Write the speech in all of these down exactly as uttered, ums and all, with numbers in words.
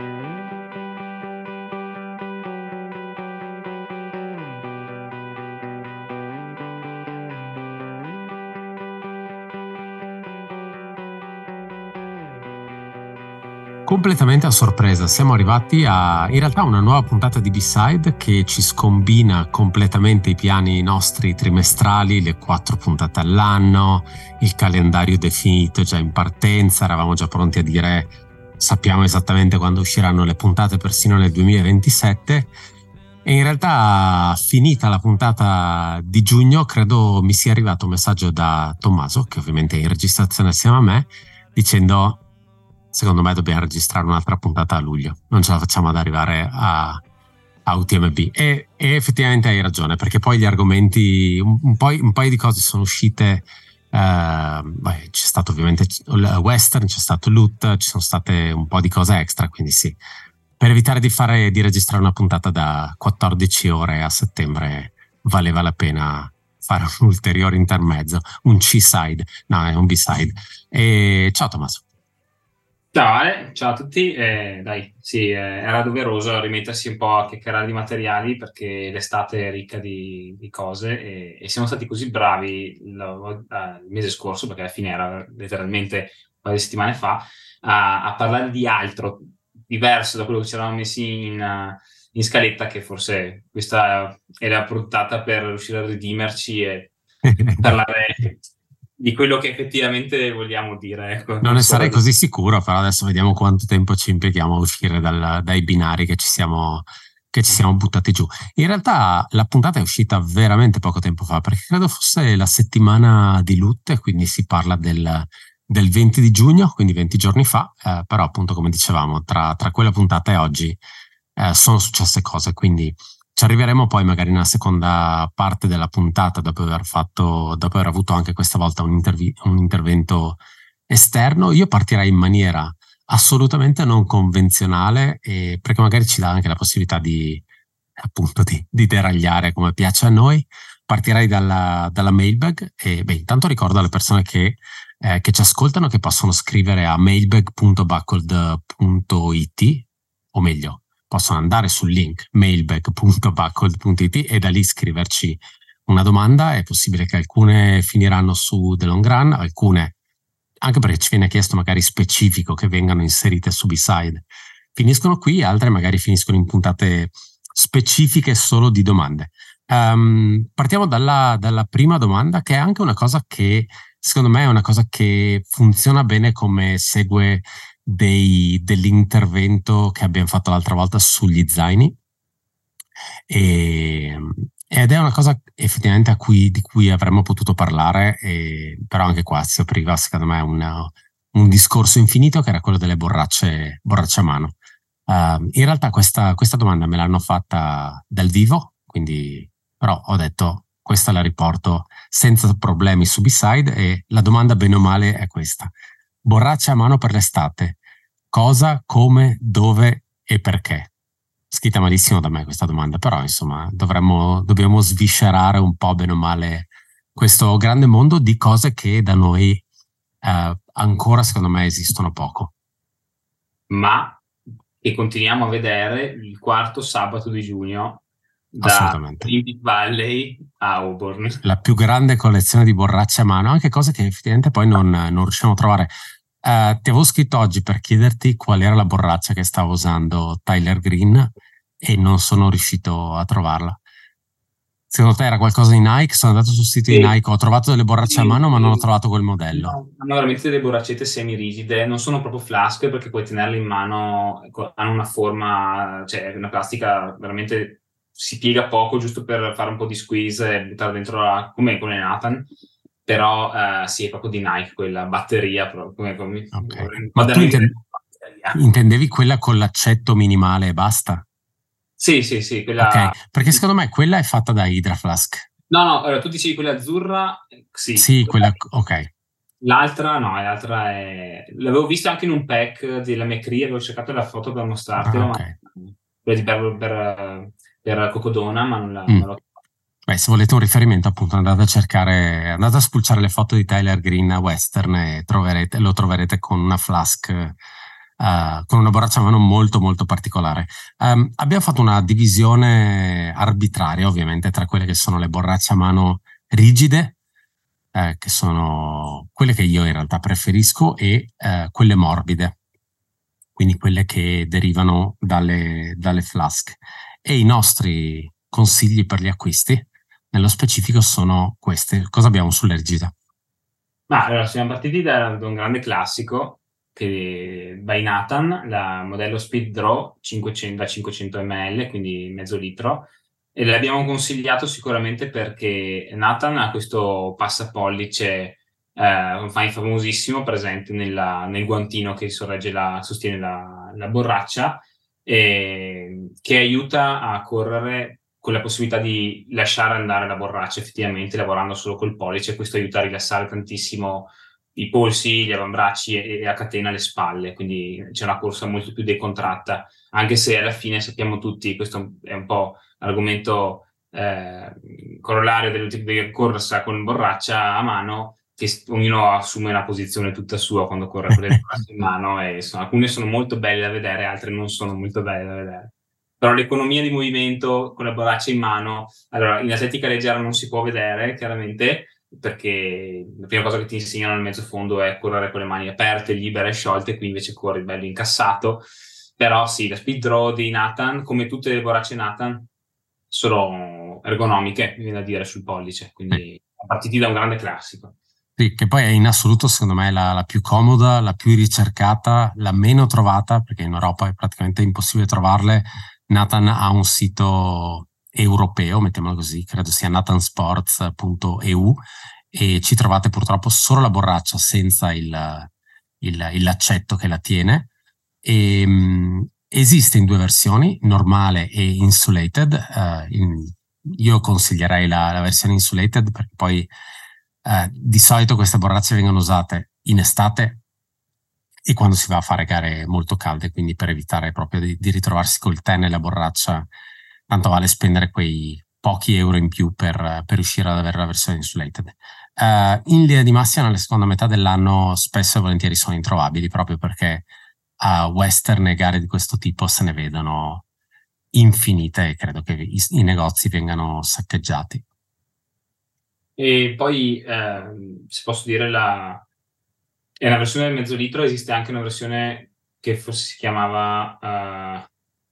Completamente a sorpresa siamo arrivati a in realtà una nuova puntata di B-Side che ci scombina completamente i piani nostri trimestrali, le quattro puntate all'anno, il calendario definito già in partenza, eravamo già pronti a dire sappiamo esattamente quando usciranno le puntate persino nel duemilaventisette e in realtà finita la puntata di giugno credo mi sia arrivato un messaggio da Tommaso, che ovviamente è in registrazione assieme a me, dicendo secondo me dobbiamo registrare un'altra puntata a luglio, non ce la facciamo ad arrivare a, a U T M B e, e effettivamente hai ragione, perché poi gli argomenti un, un, po', un paio di cose sono uscite, eh, beh, c'è stato ovviamente il Western, c'è stato Loot, ci sono state un po' di cose extra, quindi sì, per evitare di fare di registrare una puntata da quattordici ore a settembre valeva la pena fare un ulteriore intermezzo, un C-side, no è un B-side. E ciao Tommaso. Ciao Ale, ciao a tutti, eh, dai, sì, eh, era doveroso rimettersi un po' a chiacchierare di materiali perché l'estate è ricca di, di cose e, e siamo stati così bravi il, uh, il mese scorso, perché alla fine era letteralmente un paio di settimane fa, a, a parlare di altro diverso da quello che ci eravamo messi in, uh, in scaletta, che forse questa è la puntata per riuscire a redimerci e parlare di quello che effettivamente vogliamo dire. Ecco. Non ne sarei così sicuro, però adesso vediamo quanto tempo ci impieghiamo a uscire dal, dai binari che ci siamo che ci siamo buttati giù. In realtà la puntata è uscita veramente poco tempo fa, perché credo fosse la settimana di Loot, quindi si parla del, del venti di giugno, quindi venti giorni fa, eh, però appunto come dicevamo tra, tra quella puntata e oggi eh, sono successe cose, quindi ci arriveremo poi magari nella seconda parte della puntata, dopo aver fatto, dopo aver avuto anche questa volta un, intervi- un intervento esterno. Io partirei in maniera assolutamente non convenzionale, e perché magari ci dà anche la possibilità di appunto di, di deragliare come piace a noi. Partirei dalla, dalla mailbag e beh, intanto ricordo alle persone che, eh, che ci ascoltano che possono scrivere a mailbag punto buckled punto it, o meglio possono andare sul link mailbag punto buckled punto it e da lì scriverci una domanda. È possibile che alcune finiranno su The Long Run, alcune, anche perché ci viene chiesto magari specifico che vengano inserite su B-Side, finiscono qui, altre magari finiscono in puntate specifiche solo di domande. Um, partiamo dalla, dalla prima domanda, che è anche una cosa che secondo me è una cosa che funziona bene come segue dei, dell'intervento che abbiamo fatto l'altra volta sugli zaini, e, ed è una cosa effettivamente a cui, di cui avremmo potuto parlare, e, però anche qua si apriva secondo me una, un discorso infinito, che era quello delle borracce, borracce a mano. Uh, in realtà questa, questa domanda me l'hanno fatta dal vivo, quindi però ho detto questa la riporto senza problemi su B-Side, e la domanda bene o male è questa: borracce a mano per l'estate, cosa, come, dove e perché? Scritta malissimo da me questa domanda, però insomma dovremmo, dobbiamo sviscerare un po' bene o male questo grande mondo di cose che da noi eh, ancora secondo me esistono poco. Ma che continuiamo a vedere il quarto sabato di giugno da Olympic Valley a Auburn. La più grande collezione di borracce a mano, anche cose che effettivamente poi non, non riusciamo a trovare. Uh, ti avevo scritto oggi per chiederti qual era la borraccia che stava usando Tyler Green e non sono riuscito a trovarla. Secondo te era qualcosa di Nike? Sono andato sul sito sì. di Nike, ho trovato delle borracce sì, a mano, ma non ho trovato quel modello. No, hanno veramente delle borraccette semi-rigide, non sono proprio flask perché puoi tenerle in mano, hanno una forma, cioè una plastica veramente si piega poco, giusto per fare un po' di squeeze e buttare dentro la, come con le Nathan. Però uh, sì, è proprio di Nike quella batteria proprio, come, come okay. Ma tu intende- intendevi quella con l'accetto minimale e basta? Sì, sì, sì, quella... Ok, perché secondo me quella è fatta da Hydra Flask. No, no, allora, tu dicevi quella azzurra, sì. Sì, quella, ok. L'altra no, l'altra è... L'avevo vista anche in un pack della McCree, avevo cercato la foto per mostrartela, ah, okay. ma... quella di per, per, per Cocodona, ma non, la, mm. non l'ho... Beh, se volete un riferimento, appunto, andate a cercare, andate a spulciare le foto di Tyler Green a Western e troverete, lo troverete con una flask uh, uh, con una borraccia a mano molto molto particolare. Um, abbiamo fatto una divisione arbitraria, ovviamente, tra quelle che sono le borracce a mano rigide, eh, che sono quelle che io in realtà preferisco, e eh, quelle morbide, quindi quelle che derivano dalle, dalle flask. E i nostri consigli per gli acquisti, nello specifico, sono queste. Cosa abbiamo sulle rigide? Ma allora, siamo partiti da, da un grande classico che by Nathan, la modello Speed Draw cinquecento, da cinquecento millilitri, quindi mezzo litro, e l'abbiamo consigliato sicuramente perché Nathan ha questo passapollice eh, famosissimo presente nella, nel guantino che sorregge la, sostiene la, la borraccia, e che aiuta a correre con la possibilità di lasciare andare la borraccia effettivamente lavorando solo col pollice. Questo aiuta a rilassare tantissimo i polsi, gli avambracci e, e a catena le spalle, quindi c'è una corsa molto più decontratta, anche se alla fine sappiamo tutti, questo è un po' l'argomento eh, corollario della corsa con borraccia a mano, che ognuno assume una posizione tutta sua quando corre con le borracce in mano, e insomma, alcune sono molto belle da vedere, altre non sono molto belle da vedere. Però l'economia di movimento con la borraccia in mano, allora in atletica leggera non si può vedere chiaramente, perché la prima cosa che ti insegnano nel mezzo fondo è correre con le mani aperte, libere e sciolte, qui invece corri bello incassato. Però sì, la speed draw di Nathan, come tutte le borracce Nathan, sono ergonomiche, mi viene da dire, sul pollice, quindi a partiti da un grande classico. Sì, che poi è in assoluto secondo me la, la più comoda, la più ricercata, la meno trovata, perché in Europa è praticamente impossibile trovarle. Nathan ha un sito europeo, mettiamolo così, credo sia nathansports punto e u, e ci trovate purtroppo solo la borraccia senza il, il, il laccetto che la tiene. E, mh, esiste in due versioni, normale e insulated. Uh, in, io consiglierei la, la versione insulated perché poi uh, di solito queste borracce vengono usate in estate e quando si va a fare gare molto calde, quindi per evitare proprio di, di ritrovarsi col tè nella borraccia, tanto vale spendere quei pochi euro in più per, per riuscire ad avere la versione insulated. Uh, in linea di massima nella seconda metà dell'anno spesso e volentieri sono introvabili, proprio perché a western e gare di questo tipo se ne vedono infinite e credo che i, i negozi vengano saccheggiati. E poi, eh, se posso dire, la, è una versione del mezzo litro, esiste anche una versione che forse si chiamava uh,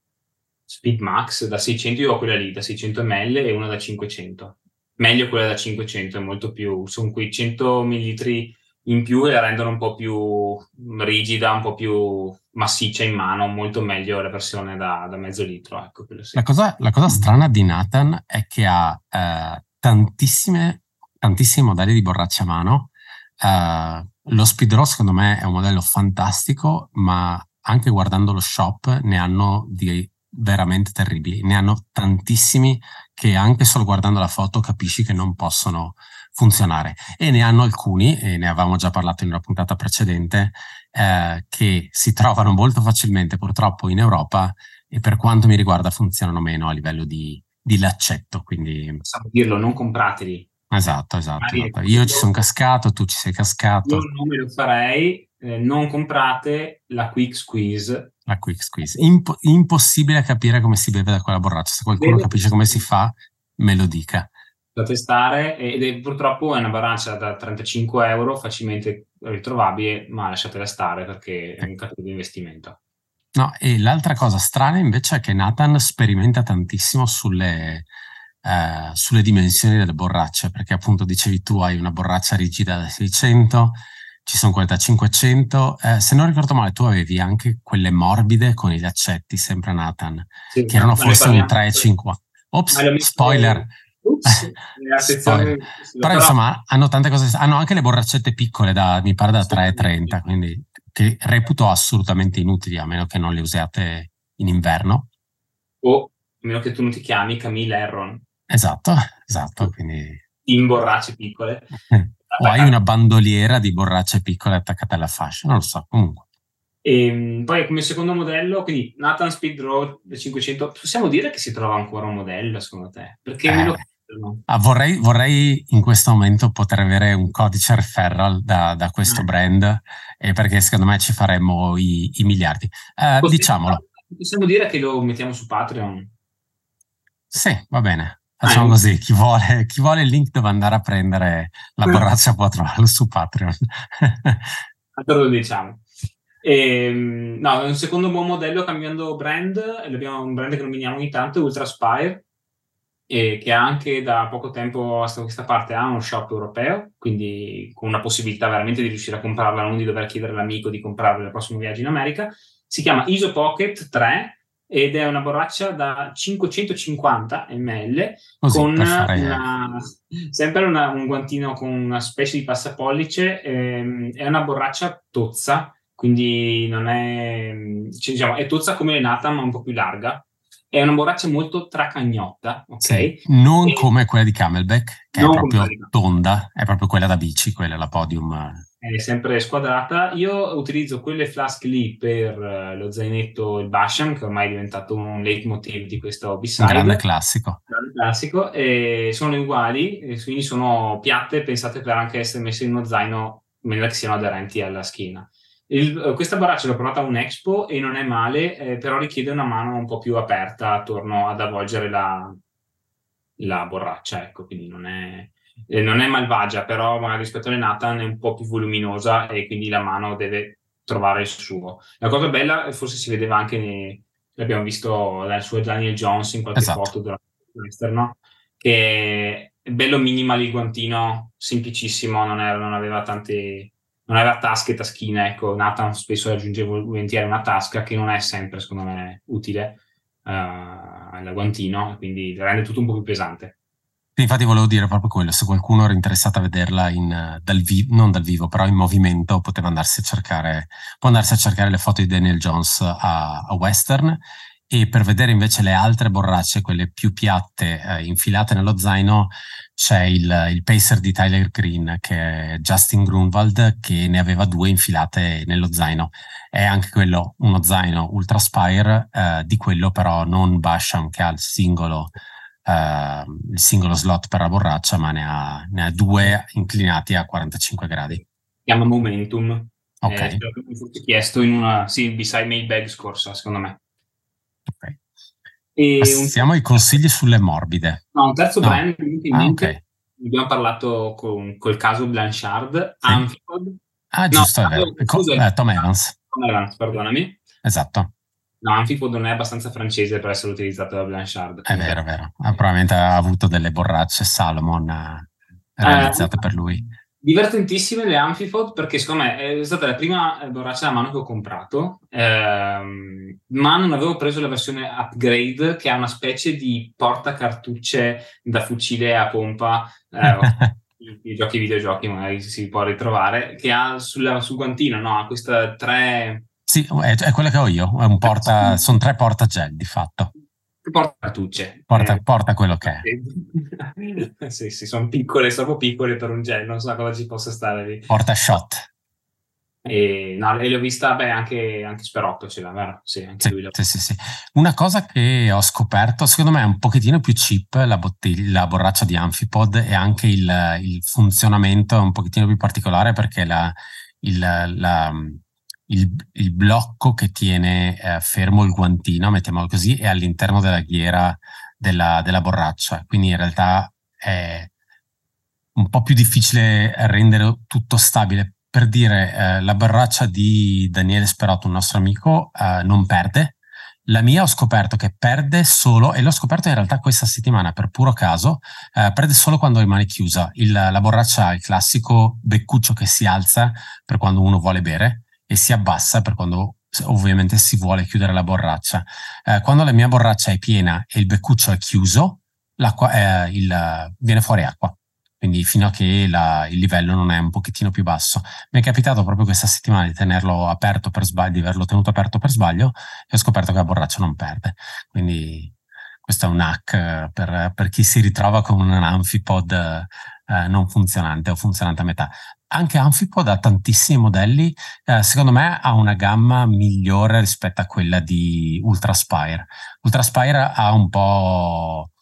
Speed Max da seicento, io ho quella lì da seicento millilitri e una da cinquecento. Meglio quella da cinquecento, è molto più, sono quei cento millilitri in più e la rendono un po' più rigida, un po' più massiccia in mano, molto meglio la versione da, da mezzo litro. Ecco, sì. La cosa, la cosa strana di Nathan è che ha eh, tantissime, tantissimi modelli di borraccia a mano. Uh, lo Speed Raw secondo me è un modello fantastico, ma anche guardando lo shop ne hanno di veramente terribili. Ne hanno tantissimi che anche solo guardando la foto capisci che non possono funzionare. E ne hanno alcuni, e ne avevamo già parlato in una puntata precedente, eh, che si trovano molto facilmente purtroppo in Europa e per quanto mi riguarda funzionano meno a livello di, di laccetto. Quindi possiamo dirlo, non comprateli. Esatto, esatto, esatto. Io ci sono cascato, tu ci sei cascato. Io non me lo farei, eh, non comprate la Quick Squeeze. La Quick Squeeze. Imp- impossibile capire come si beve da quella borraccia. Se qualcuno Bene, capisce come si fa, me lo dica. Da testare, ed è purtroppo è una borraccia da trentacinque euro, facilmente ritrovabile, ma lasciatela stare perché è un cattivo investimento. No, e l'altra cosa strana invece è che Nathan sperimenta tantissimo sulle, eh, sulle dimensioni delle borracce, perché appunto dicevi tu hai una borraccia rigida da seicento, ci sono quelle da cinquecento, eh, se non ricordo male tu avevi anche quelle morbide con i laccetti, sempre Nathan, Sì, che erano forse un tre virgola cinquanta. Ops, spoiler! Ups, Spoiler. Però, però insomma hanno tante cose, hanno anche le borraccette piccole da, mi pare da tre virgola trenta, quindi che reputo assolutamente inutili a meno che non le usiate in inverno. O a meno che tu non ti chiami Camille Herron. Esatto, esatto, quindi in borracce piccole. O hai una bandoliera di borracce piccole attaccate alla fascia, non lo so, comunque. E poi come secondo modello, quindi Nathan Speed Draw cinquecento, possiamo dire che si trova ancora un modello secondo te? Perché eh, me lo Ah, vorrei, vorrei in questo momento poter avere un codice referral da, da questo Eh. brand, eh, perché secondo me ci faremmo i, i miliardi. Eh, diciamolo. Possiamo dire che lo mettiamo su Patreon? Sì, va bene. Ah, Facciamo così. Chi vuole, chi vuole il link deve andare a prendere la borraccia, può trovarlo su Patreon. Allora lo diciamo. Ehm, no, un secondo buon modello cambiando brand, abbiamo un brand che nominiamo ogni tanto, Ultraspire, e che anche da poco tempo a questa parte ha uno shop europeo, quindi con una possibilità veramente di riuscire a comprarla, non di dover chiedere all'amico di comprarla al prossimo viaggio in America. Si chiama Iso Pocket tre ed è una borraccia da cinquecentocinquanta millilitri Così, con per fare... una, sempre una, un guantino con una specie di passapollice. Ehm, è una borraccia tozza, quindi non è, cioè, diciamo, è tozza come le Nathan, ma un po' più larga. È una borraccia molto tracagnotta, ok? Sì, non E come quella di Camelback, che è non come proprio quella. tonda, è proprio quella da bici, quella la Podium. È sempre squadrata. Io utilizzo quelle flask lì per eh, lo zainetto, il Basham, che ormai è diventato un leitmotiv di questo Un grande B-side. classico. Grande classico. E sono uguali, e quindi sono piatte pensate per anche essere messe in uno zaino in maniera che siano aderenti alla schiena. Il, questa borraccia l'ho provata a un Expo e non è male, eh, però richiede una mano un po' più aperta attorno ad avvolgere la, la borraccia, ecco, quindi non è, eh, non è malvagia, però magari rispetto alle Nathan è un po' più voluminosa e quindi la mano deve trovare il suo. La cosa bella, forse si vedeva anche, nei, l'abbiamo visto dal suo Daniel Jones in qualche Esatto. foto durante l'esterno, che è bello minimal il guantino, semplicissimo, non, era, non aveva tante... non aveva tasche e taschine, ecco, Nathan spesso aggiungeva volentieri una tasca che non è sempre, secondo me, utile uh, al guantino, quindi rende tutto un po' più pesante. Infatti volevo dire proprio quello, se qualcuno era interessato a vederla in, dal vivo, non dal vivo, però in movimento, poteva andarsi a cercare, può andarsi a cercare le foto di Daniel Jones a, a Western, e per vedere invece le altre borracce, quelle più piatte, eh, infilate nello zaino, c'è il, il Pacer di Tyler Green, che è Justin Grunwald, che ne aveva due infilate nello zaino. È anche quello uno zaino Ultra Spire, eh, di quello però non Basham, che ha il singolo Uh, il singolo slot per la borraccia, ma ne ha, ne ha due inclinati a quarantacinque gradi. Si chiama Momentum. Ok. Eh, te l'avevo forse chiesto in una sì, B-side mailbag scorsa, secondo me. Ok. E Passiamo un... ai consigli sulle morbide. No, un terzo no. brand in ah, mente, okay. abbiamo parlato con, col caso Blanchard, sì. Amphipod. Ah, no, giusto, è vero. scusa, eh, Tom Evans. Tom Evans, perdonami. Esatto. No, Amphipod non è abbastanza francese per essere utilizzato da Blanchard. È vero, è vero. Ah, probabilmente ha avuto delle borracce Salomon eh, realizzate eh, per lui. Divertentissime le Amphipod, perché secondo me è stata la prima borraccia da mano che ho comprato, ehm, ma non avevo preso la versione upgrade che ha una specie di portacartucce da fucile a pompa, eh, i giochi videogiochi magari si può ritrovare, che ha sulla, sul guantino, no? Ha questa tre... Sì, è, è quella che ho io, è un porta, sono tre portagel di fatto. Portacartucce. Porta, eh, porta quello che è. sì, sì, sono piccole, troppo piccole per un gel, non so cosa ci possa stare lì. Porta shot. E, no, e l'ho vista, beh, anche, anche Sperotto ce l'ha, vero? Sì, anche sì, lui l'ha... sì, sì, sì. Una cosa che ho scoperto, secondo me è un pochettino più cheap la, bottiglia, la borraccia di Amphipod, e anche il, il funzionamento è un pochettino più particolare, perché la, il, la, il, il blocco che tiene eh, fermo il guantino, mettiamolo così, è all'interno della ghiera della, della borraccia, quindi in realtà è un po' più difficile rendere tutto stabile. Per dire, eh, la borraccia di Daniele Sperotto, un nostro amico, eh, non perde. La mia ho scoperto che perde solo, e l'ho scoperto in realtà questa settimana per puro caso, eh, perde solo quando rimane chiusa. Il, la borraccia ha il classico beccuccio che si alza per quando uno vuole bere e si abbassa per quando ovviamente si vuole chiudere la borraccia. Eh, quando la mia borraccia è piena e il beccuccio è chiuso, l'acqua, eh, il, viene fuori acqua. Quindi fino a che la, il livello non è un pochettino più basso. Mi è capitato proprio questa settimana di tenerlo aperto per sbaglio, di averlo tenuto aperto per sbaglio, e ho scoperto che la borraccia non perde. Quindi questo è un hack per, per chi si ritrova con un Amphipod eh, non funzionante o funzionante a metà. Anche Amphipod ha tantissimi modelli, eh, secondo me ha una gamma migliore rispetto a quella di Ultraspire. Ultraspire ha un po'... ha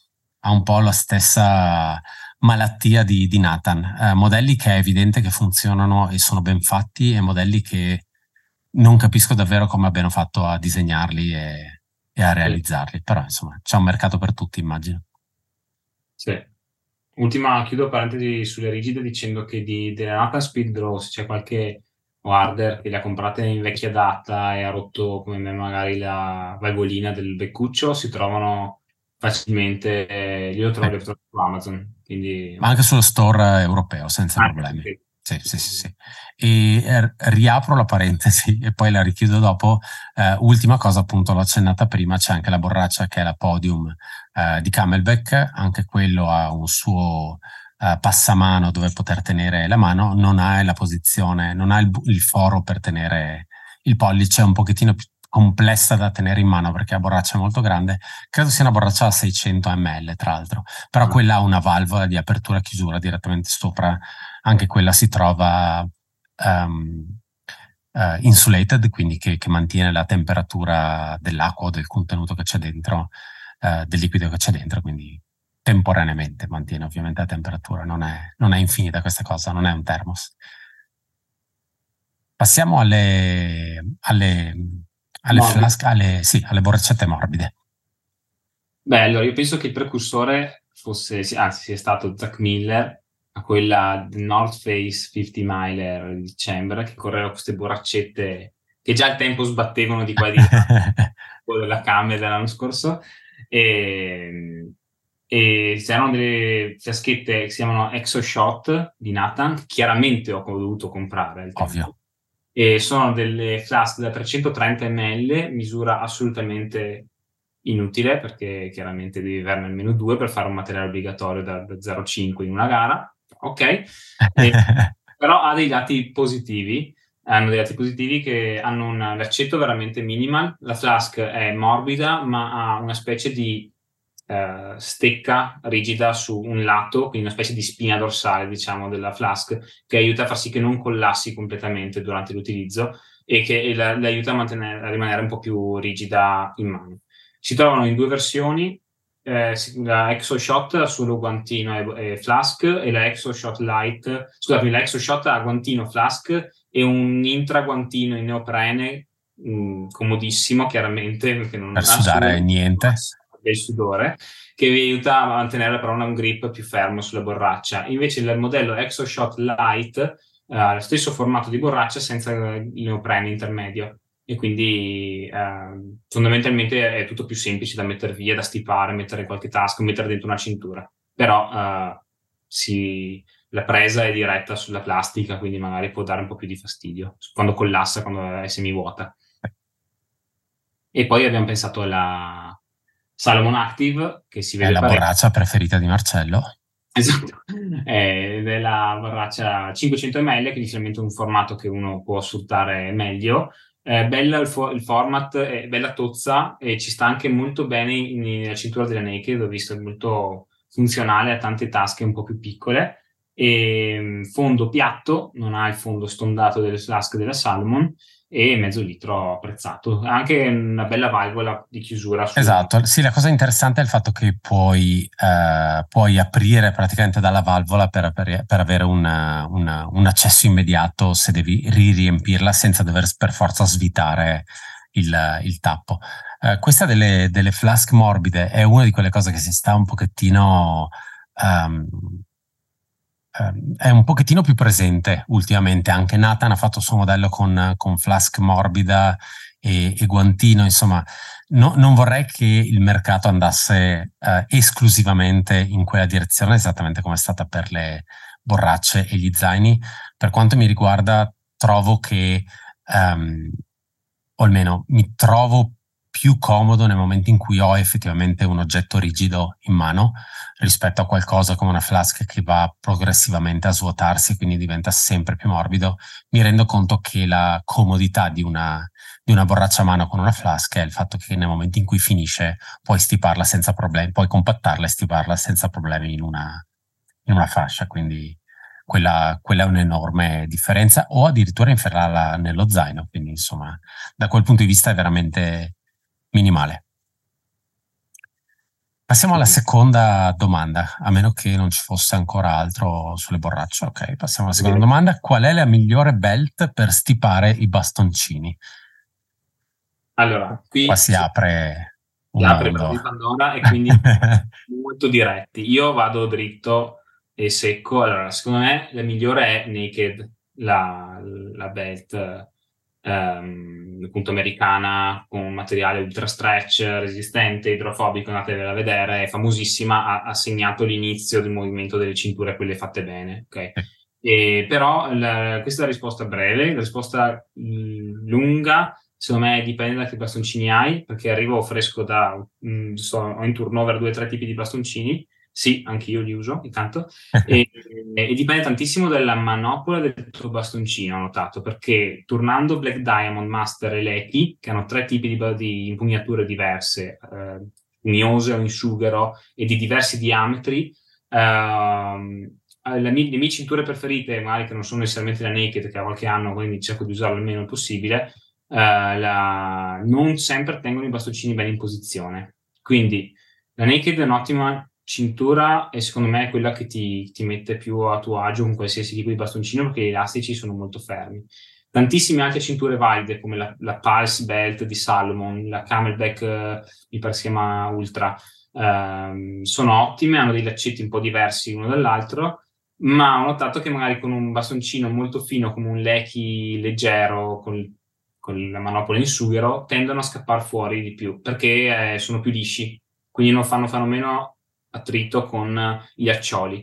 ha un po' la stessa malattia di, di Nathan, eh, modelli che è evidente che funzionano e sono ben fatti e modelli che non capisco davvero come abbiano fatto a disegnarli e, e a Sì. realizzarli, però insomma c'è un mercato per tutti, immagino. Sì. Ultima, chiudo parentesi sulle rigide dicendo che di, della Nathan Speeddraw, se c'è qualche warder che le ha comprate in vecchia data e ha rotto come me magari la valvolina del beccuccio, si trovano facilmente, eh, io trovo Eh, le trovo su Amazon, quindi ma anche sullo store europeo senza ah, problemi. sì. Sì, sì, sì, sì. E eh, riapro la parentesi e poi la richiudo dopo. Eh, ultima cosa, appunto, l'ho accennata prima, c'è anche la borraccia che è la Podium eh, di Camelback, anche quello ha un suo eh, passamano dove poter tenere la mano, non ha la posizione, non ha il, bu- il foro per tenere il pollice, è un pochettino più complessa da tenere in mano perché la borraccia è molto grande, credo sia una borraccia da seicento millilitri tra l'altro, però Ah, quella ha una valvola di apertura e chiusura direttamente sopra, anche quella si trova um, uh, insulated, quindi che, che mantiene la temperatura dell'acqua o del contenuto che c'è dentro, uh, del liquido che c'è dentro, quindi temporaneamente mantiene ovviamente la temperatura, non è, non è infinita questa cosa, non è un thermos. Passiamo alle, alle, alle morbidi. flasche, alle, sì, alle borraccette morbide. Beh, allora io penso che il precursore fosse, sì, anzi, sia stato Zach Miller a quella del North Face cinquanta miler di dicembre, che correva queste borraccette che già al tempo sbattevano di qua e di là, quello della Camel dell'anno scorso, e, e c'erano delle fiaschette che si chiamano ExoShot di Nathan, che chiaramente ho dovuto comprare al Ovvio. tempo, e sono delle flask da trecentotrenta millilitri, misura assolutamente inutile perché chiaramente devi averne almeno due per fare un materiale obbligatorio da, da zero virgola cinque in una gara, ok? E, però ha dei lati positivi, hanno dei lati positivi che hanno un l'accetto veramente minimal, la flask è morbida ma ha una specie di eh, stecca rigida su un lato, quindi una specie di spina dorsale diciamo della flask che aiuta a far sì che non collassi completamente durante l'utilizzo e che la, la aiuta a, mantenere, a rimanere un po' più rigida in mano. Si trovano in due versioni, eh, la ExoShot ha solo guantino e, e flask e la ExoShot Lite, scusami, la ExoShot ha guantino, flask e un intra guantino in neoprene mh, comodissimo, chiaramente, perché non Per ha sudore, sudare niente. del sudore, che vi aiuta a mantenere però un grip più fermo sulla borraccia. Invece il modello ExoShot Lite ha lo stesso formato di borraccia senza il neoprene intermedio e quindi eh, fondamentalmente è tutto più semplice da mettere via, da stipare, mettere in qualche tasca, mettere dentro una cintura. Però eh, si, la presa è diretta sulla plastica, quindi magari può dare un po' più di fastidio quando collassa, quando è semivuota. E poi abbiamo pensato alla Salomon Active, che si È vede la parecchio. borraccia preferita di Marcello. Esatto, è della borraccia cinquecento millilitri, quindi finalmente un formato che uno può sfruttare meglio. È bella il, fo- il format, è bella tozza e ci sta anche molto bene in- nella cintura della Naked, ho visto, è molto funzionale, ha tante tasche un po' più piccole. E mm, fondo piatto, non ha il fondo stondato delle flask della Salomon e mezzo litro apprezzato. Ha anche una bella valvola di chiusura sul... Esatto, sì, la cosa interessante è il fatto che puoi, eh, puoi aprire praticamente dalla valvola per, per- per avere una- una- un accesso immediato se devi ri-riempirla senza dover per forza svitare il, il tappo. Eh, questa delle, delle flask morbide è una di quelle cose che si sta un pochettino, ehm, ehm, è un pochettino più presente ultimamente. Anche Nathan ha fatto il suo modello con, con flask morbida e, e guantino, insomma. No, non vorrei che il mercato andasse eh, esclusivamente in quella direzione, esattamente come è stata per le borracce e gli zaini. Per quanto mi riguarda, trovo che, ehm, o almeno mi trovo più comodo nel momento in cui ho effettivamente un oggetto rigido in mano rispetto a qualcosa come una flask che va progressivamente a svuotarsi, quindi diventa sempre più morbido. Mi rendo conto che la comodità di una di una borraccia a mano con una flask è il fatto che nel momento in cui finisce puoi stiparla senza problemi, puoi compattarla e stiparla senza problemi in una, in una fascia, quindi quella, quella è un'enorme differenza, o addirittura infilarla nello zaino, quindi insomma da quel punto di vista è veramente minimale. Passiamo alla seconda domanda, a meno che non ci fosse ancora altro sulle borracce. Ok, passiamo alla seconda Direi. domanda. Qual è la migliore belt per stipare i bastoncini? Allora, Qua qui si apre si un apre il mondo. vaso di Pandora e quindi molto diretti. Io vado dritto e secco. Allora, secondo me la migliore è Naked, la, la belt ehm, appunto americana con un materiale ultra stretch, resistente, idrofobico, andatevela a vedere, è famosissima, ha, ha segnato l'inizio del movimento delle cinture, quelle fatte bene, ok? E però la- questa è la risposta breve, la risposta mh, lunga. Secondo me dipende da che bastoncini hai, perché arrivo fresco da, mh, so, ho in turnover due o tre tipi di bastoncini, sì, anche io li uso intanto, e, e dipende tantissimo dalla manopola del tuo bastoncino, ho notato, perché turnando Black Diamond, Master e Lecky, che hanno tre tipi di, di impugnature diverse, eh, uniose o in sughero e di diversi diametri, ehm, le mie, le mie cinture preferite, magari che non sono necessariamente la Naked, che ha qualche anno, quindi cerco di usarlo il meno possibile, Uh, la... non sempre tengono i bastoncini bene in posizione. Quindi la Naked è un'ottima cintura e secondo me è quella che ti, ti mette più a tuo agio con qualsiasi tipo di bastoncino perché gli elastici sono molto fermi. Tantissime altre cinture valide come la, la Pulse Belt di Salomon, la Camelback, eh, mi pare si chiama Ultra, ehm, sono ottime, hanno dei laccetti un po' diversi uno dall'altro, ma ho notato che magari con un bastoncino molto fino come un Lecky leggero con con la manopola in sughero tendono a scappare fuori di più perché eh, sono più lisci, quindi non fanno, fanno meno attrito con gli accioli.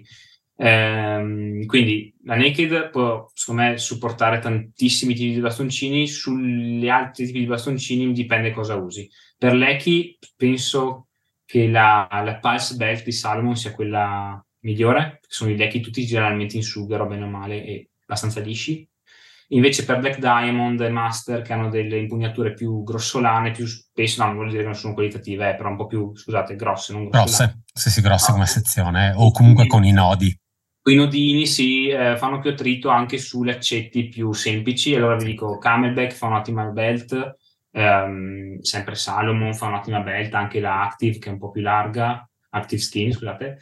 Ehm, quindi la Naked può, secondo me, supportare tantissimi tipi di bastoncini. Sugli altri tipi di bastoncini dipende cosa usi. Per Lecky penso che la, la Pulse Belt di Salomon sia quella migliore, sono i Lecky tutti generalmente in sughero, bene o male, e abbastanza lisci. Invece per Black Diamond e Master, che hanno delle impugnature più grossolane, più spesso, no, non vuol dire che non sono qualitative, eh, però un po' più, scusate, grosse, non grossolane. Grosse, sì sì, grosse Ah, come sezione, o e comunque con quindi i nodi. i nodini si eh, fanno più attrito anche su laccetti più semplici. Allora vi Sì. dico, Camelback fa un'ottima belt, ehm, sempre Salomon fa un'ottima belt, anche la Active che è un po' più larga, Active Skin, scusate.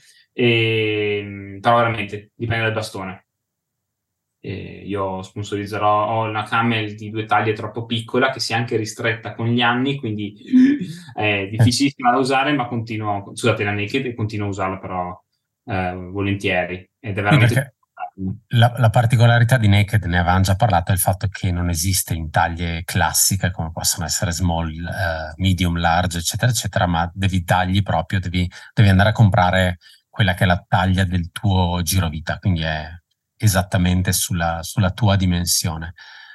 E, però veramente dipende dal bastone. Eh, io sponsorizzerò, ho una camel di due taglie troppo piccola che si è anche ristretta con gli anni, quindi è difficilissima da usare, ma continuo, scusate, la Naked e continuo a usarla però eh, volentieri ed è Sì, veramente. perché la, la particolarità di Naked, ne avevamo già parlato, è il fatto che non esiste in taglie classiche come possono essere small, eh, medium, large, eccetera, eccetera, ma devi tagli proprio, devi, devi andare a comprare quella che è la taglia del tuo girovita, quindi è esattamente sulla, sulla tua dimensione.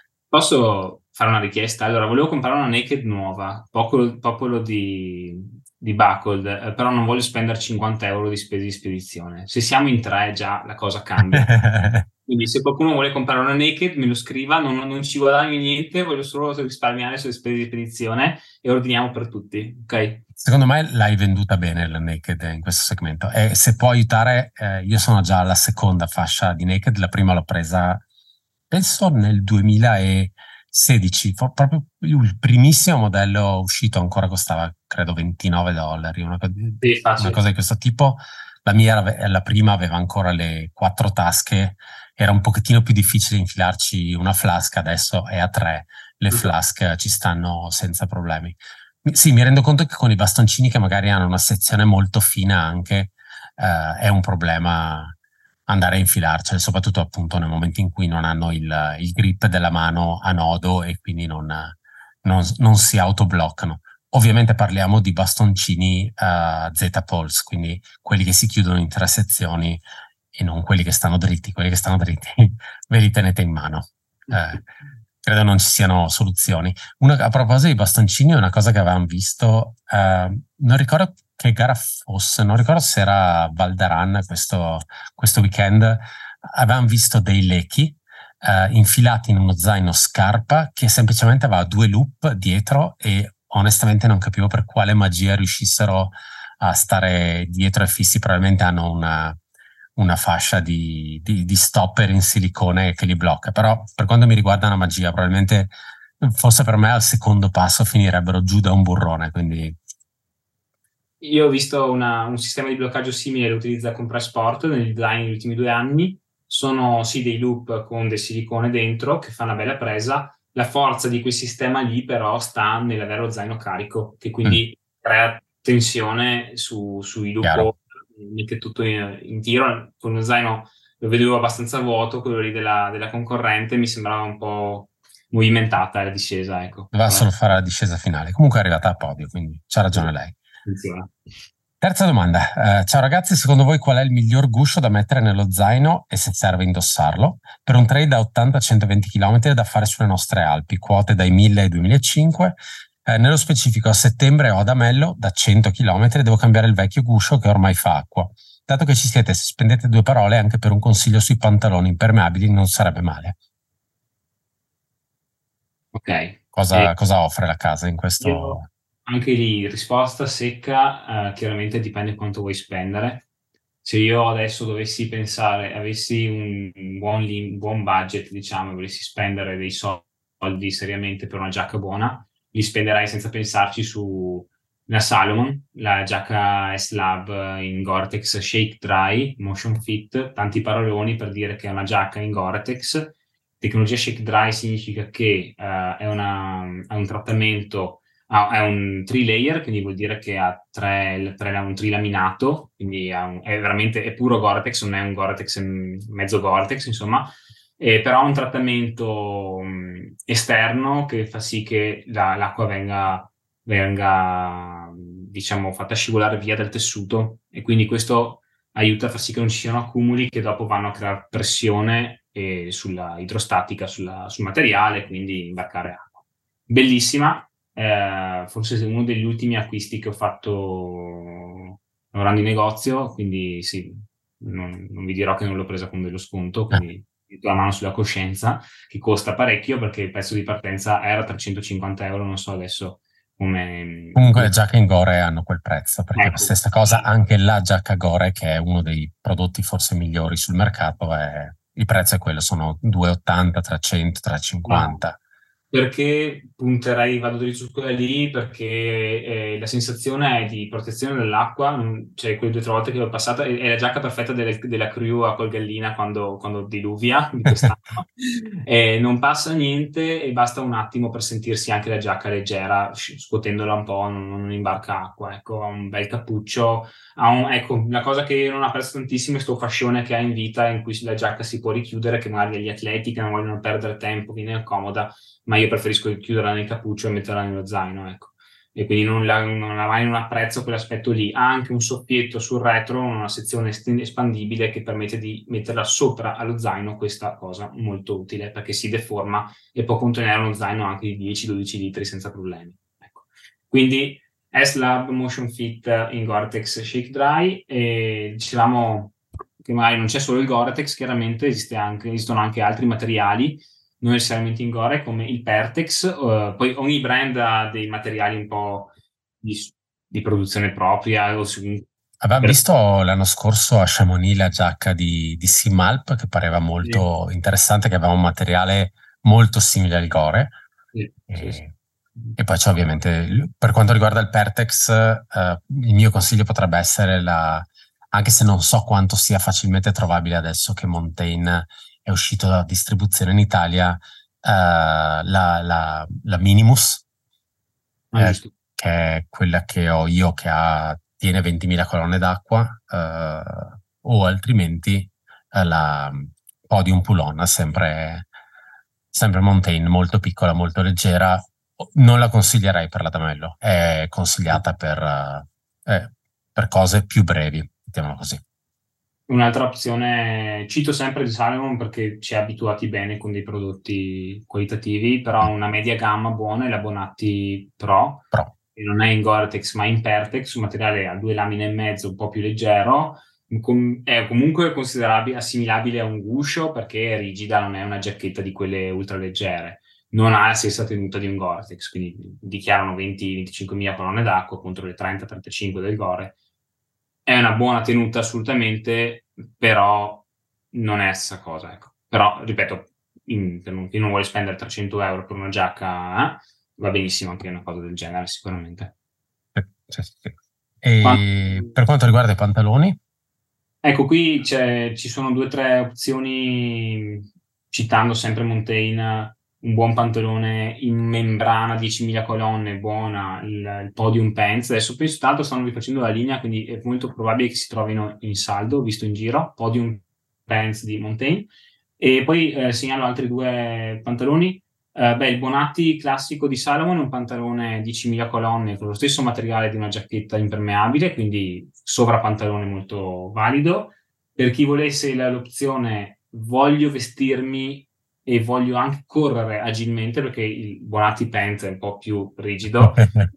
Posso fare una richiesta? Allora, volevo comprare una Naked nuova, popolo, popolo di, di Buckled, eh, però non voglio spendere cinquanta euro di spese di spedizione. Se siamo in tre già la cosa cambia. Quindi se qualcuno vuole comprare una Naked me lo scriva, non, non ci guadagno niente, voglio solo risparmiare sulle spese di spedizione e ordiniamo per tutti, ok? Secondo me l'hai venduta bene la Naked in questo segmento e se può aiutare, eh, io sono già alla seconda fascia di Naked, la prima l'ho presa penso nel duemilasedici, fu proprio il primissimo modello uscito, ancora costava credo ventinove dollari, una, co- Sì, una facile. cosa di questo tipo. La mia, era- la prima aveva ancora le quattro tasche, era un pochettino più difficile infilarci una flasca, adesso è a tre, le flask ci stanno senza problemi. Mi- Sì, mi rendo conto che con i bastoncini che magari hanno una sezione molto fina anche, eh, è un problema andare a infilarcele, soprattutto appunto nel momento in cui non hanno il, il grip della mano a nodo e quindi non, non, non si autobloccano. Ovviamente parliamo di bastoncini uh, Z-Pulse, quindi quelli che si chiudono in tre sezioni e non quelli che stanno dritti. Quelli che stanno dritti ve li tenete in mano. Eh, credo non ci siano soluzioni. Una, a proposito di bastoncini, una cosa che avevamo visto, eh, non ricordo che gara fosse, non ricordo se era Valdaran questo, questo weekend, avevamo visto dei lechi eh, infilati in uno zaino scarpa che semplicemente aveva due loop dietro e onestamente non capivo per quale magia riuscissero a stare dietro e fissi. Probabilmente hanno una, una fascia di, di, di stopper in silicone che li blocca, però per quanto mi riguarda è una magia, probabilmente forse per me al secondo passo finirebbero giù da un burrone, quindi Io ho visto una, un sistema di bloccaggio simile, lo utilizza Compressport nel design negli ultimi due anni. Sono sì dei loop con del silicone dentro che fa una bella presa. La forza di quel sistema lì però sta nell'avere lo zaino carico, che Mm, quindi crea tensione su, sui chiaro. loop, mette tutto in, in tiro. Con uno zaino lo vedevo abbastanza vuoto, quello lì della, della concorrente mi sembrava un po' movimentata la discesa, ecco. Doveva Però, solo fare la discesa finale. Comunque è arrivata a podio, quindi c'ha ragione lei. funziona. Terza domanda. Eh, ciao ragazzi, secondo voi qual è il miglior guscio da mettere nello zaino e se serve indossarlo? Per un trade da ottanta centoventi chilometri da fare sulle nostre Alpi, quote dai mille ai duemilacinque. Eh, nello specifico a settembre ho ad Amello da cento chilometri e devo cambiare il vecchio guscio che ormai fa acqua. Dato che ci siete, se spendete due parole anche per un consiglio sui pantaloni impermeabili non sarebbe male. Ok. E Cosa, cosa offre la casa in io questo? anche lì, risposta secca, eh, chiaramente dipende quanto vuoi spendere. Se io adesso dovessi pensare, avessi un, un buon, lim- un buon budget, diciamo, e volessi spendere dei soldi seriamente per una giacca buona, li spenderei senza pensarci su una Salomon, la giacca S-Lab in Gore-Tex Shake Dry, Motion Fit, tanti paroloni per dire che è una giacca in Gore-Tex. Tecnologia Shake Dry significa che eh, è, una, è un trattamento, ha- è un tri-layer, quindi vuol dire che ha tre, tre- un trilaminato, quindi ha un- è veramente è puro Gore-Tex, non è un Gore-Tex, mm, mezzo Gore-Tex, insomma, eh, però ha un trattamento mh, esterno che fa sì che la- l'acqua venga, venga, diciamo, fatta scivolare via dal tessuto e quindi questo aiuta a far sì che non ci siano accumuli che dopo vanno a creare pressione eh, sulla idrostatica sulla- sul materiale, quindi imbarcare acqua. Bellissima, eh, forse è uno degli ultimi acquisti che ho fatto lavorando in negozio, quindi sì, non, non vi dirò che non l'ho presa con dello sconto, quindi metto la mano sulla coscienza, che costa parecchio perché il prezzo di partenza era trecentocinquanta euro, non so adesso come... Comunque le come... giacche in Gore hanno quel prezzo, perché Ecco, stessa cosa, anche la giacca Gore, che è uno dei prodotti forse migliori sul mercato, è- il prezzo è quello, sono due e ottanta, trecento, no. trecentocinquanta. Perché punterei, vado dritto su quella lì perché eh, la sensazione è di protezione dell'acqua, mm, cioè quelle due o tre volte che l'ho passata, è, è la giacca perfetta delle- della crew a Colgallina quando, quando diluvia di quest'anno. E non passa niente e basta un attimo per sentirsi anche la giacca leggera, sc- scuotendola un po', non, non imbarca acqua. Ecco, ha un bel cappuccio. Ha un- ecco, la cosa che non apprezzo tantissimo è sto fascione che ha in vita in cui la giacca si può richiudere, che magari agli atleti che non vogliono perdere tempo, viene comoda, ma io preferisco chiuderla nel cappuccio e metterla nello zaino, ecco. E quindi non, la, non, la- mai non apprezzo quell'aspetto lì. Ha anche un soffietto sul retro, una sezione est- espandibile che permette di metterla sopra allo zaino, questa cosa molto utile perché si deforma e può contenere uno zaino anche di dieci dodici litri senza problemi. Ecco. Quindi S-Lab Motion Fit in Gore-Tex Shake Dry e dicevamo che magari non c'è solo il Gore-Tex, chiaramente esiste anche, esistono anche altri materiali non necessariamente in Gore, come il Pertex. Eh, poi ogni brand ha dei materiali un po' di, di produzione propria. O su, Avevamo per, visto l'anno scorso a Chamonix la giacca di, di Simalp, che pareva sì, molto interessante, che aveva un materiale molto simile al Gore. sì, sì, sì. E, e poi c'è ovviamente, per quanto riguarda il Pertex, eh, il mio consiglio potrebbe essere la, anche se non so quanto sia facilmente trovabile adesso che Montaigne è uscito da distribuzione in Italia, eh, la, la, la Minimus, Ah, eh, giusto. che è quella che ho io che ha, tiene ventimila colonne d'acqua, eh, o altrimenti eh, la Podium Pulona, sempre, sempre Montaigne, molto piccola, molto leggera. Non la consiglierei per l'adamello, è consigliata per, eh, eh, per cose più brevi, mettiamola così. Un'altra opzione, cito sempre di Salomon perché ci ha abituati bene con dei prodotti qualitativi, però Mm, una media gamma buona è la Bonatti Pro, Però, che non è in Gore-Tex ma in Pertex, un materiale a due lamine e mezzo, un po' più leggero, com- è comunque considerabile, assimilabile a un guscio perché è rigida, non è una giacchetta di quelle ultraleggere. Non ha la stessa tenuta di un Gore-Tex, quindi dichiarano venti venticinque mila colonne d'acqua contro le trenta trentacinque del Gore. È una buona tenuta assolutamente, però non è la stessa cosa, ecco. Però, ripeto, in, per non- chi non vuole spendere trecento euro per una giacca, eh, va benissimo anche una cosa del genere, sicuramente. sì, sì, sì. E per quanto riguarda i pantaloni? Ecco, qui c'è, ci sono due o tre opzioni, citando sempre Montaigne, un buon pantalone in membrana, diecimila colonne, buona, il, il Podium Pants. Adesso penso tanto stanno rifacendo la linea, quindi è molto probabile che si trovino in saldo, visto in giro, Podium Pants di Montaigne. E poi eh, segnalo altri due pantaloni. Eh, beh, il Bonatti classico di Salomon è un pantalone diecimila colonne con lo stesso materiale di una giacchetta impermeabile, quindi sovrapantalone molto valido. Per chi volesse la- l'opzione voglio vestirmi e voglio anche correre agilmente, perché il Bonatti Pant è un po' più rigido,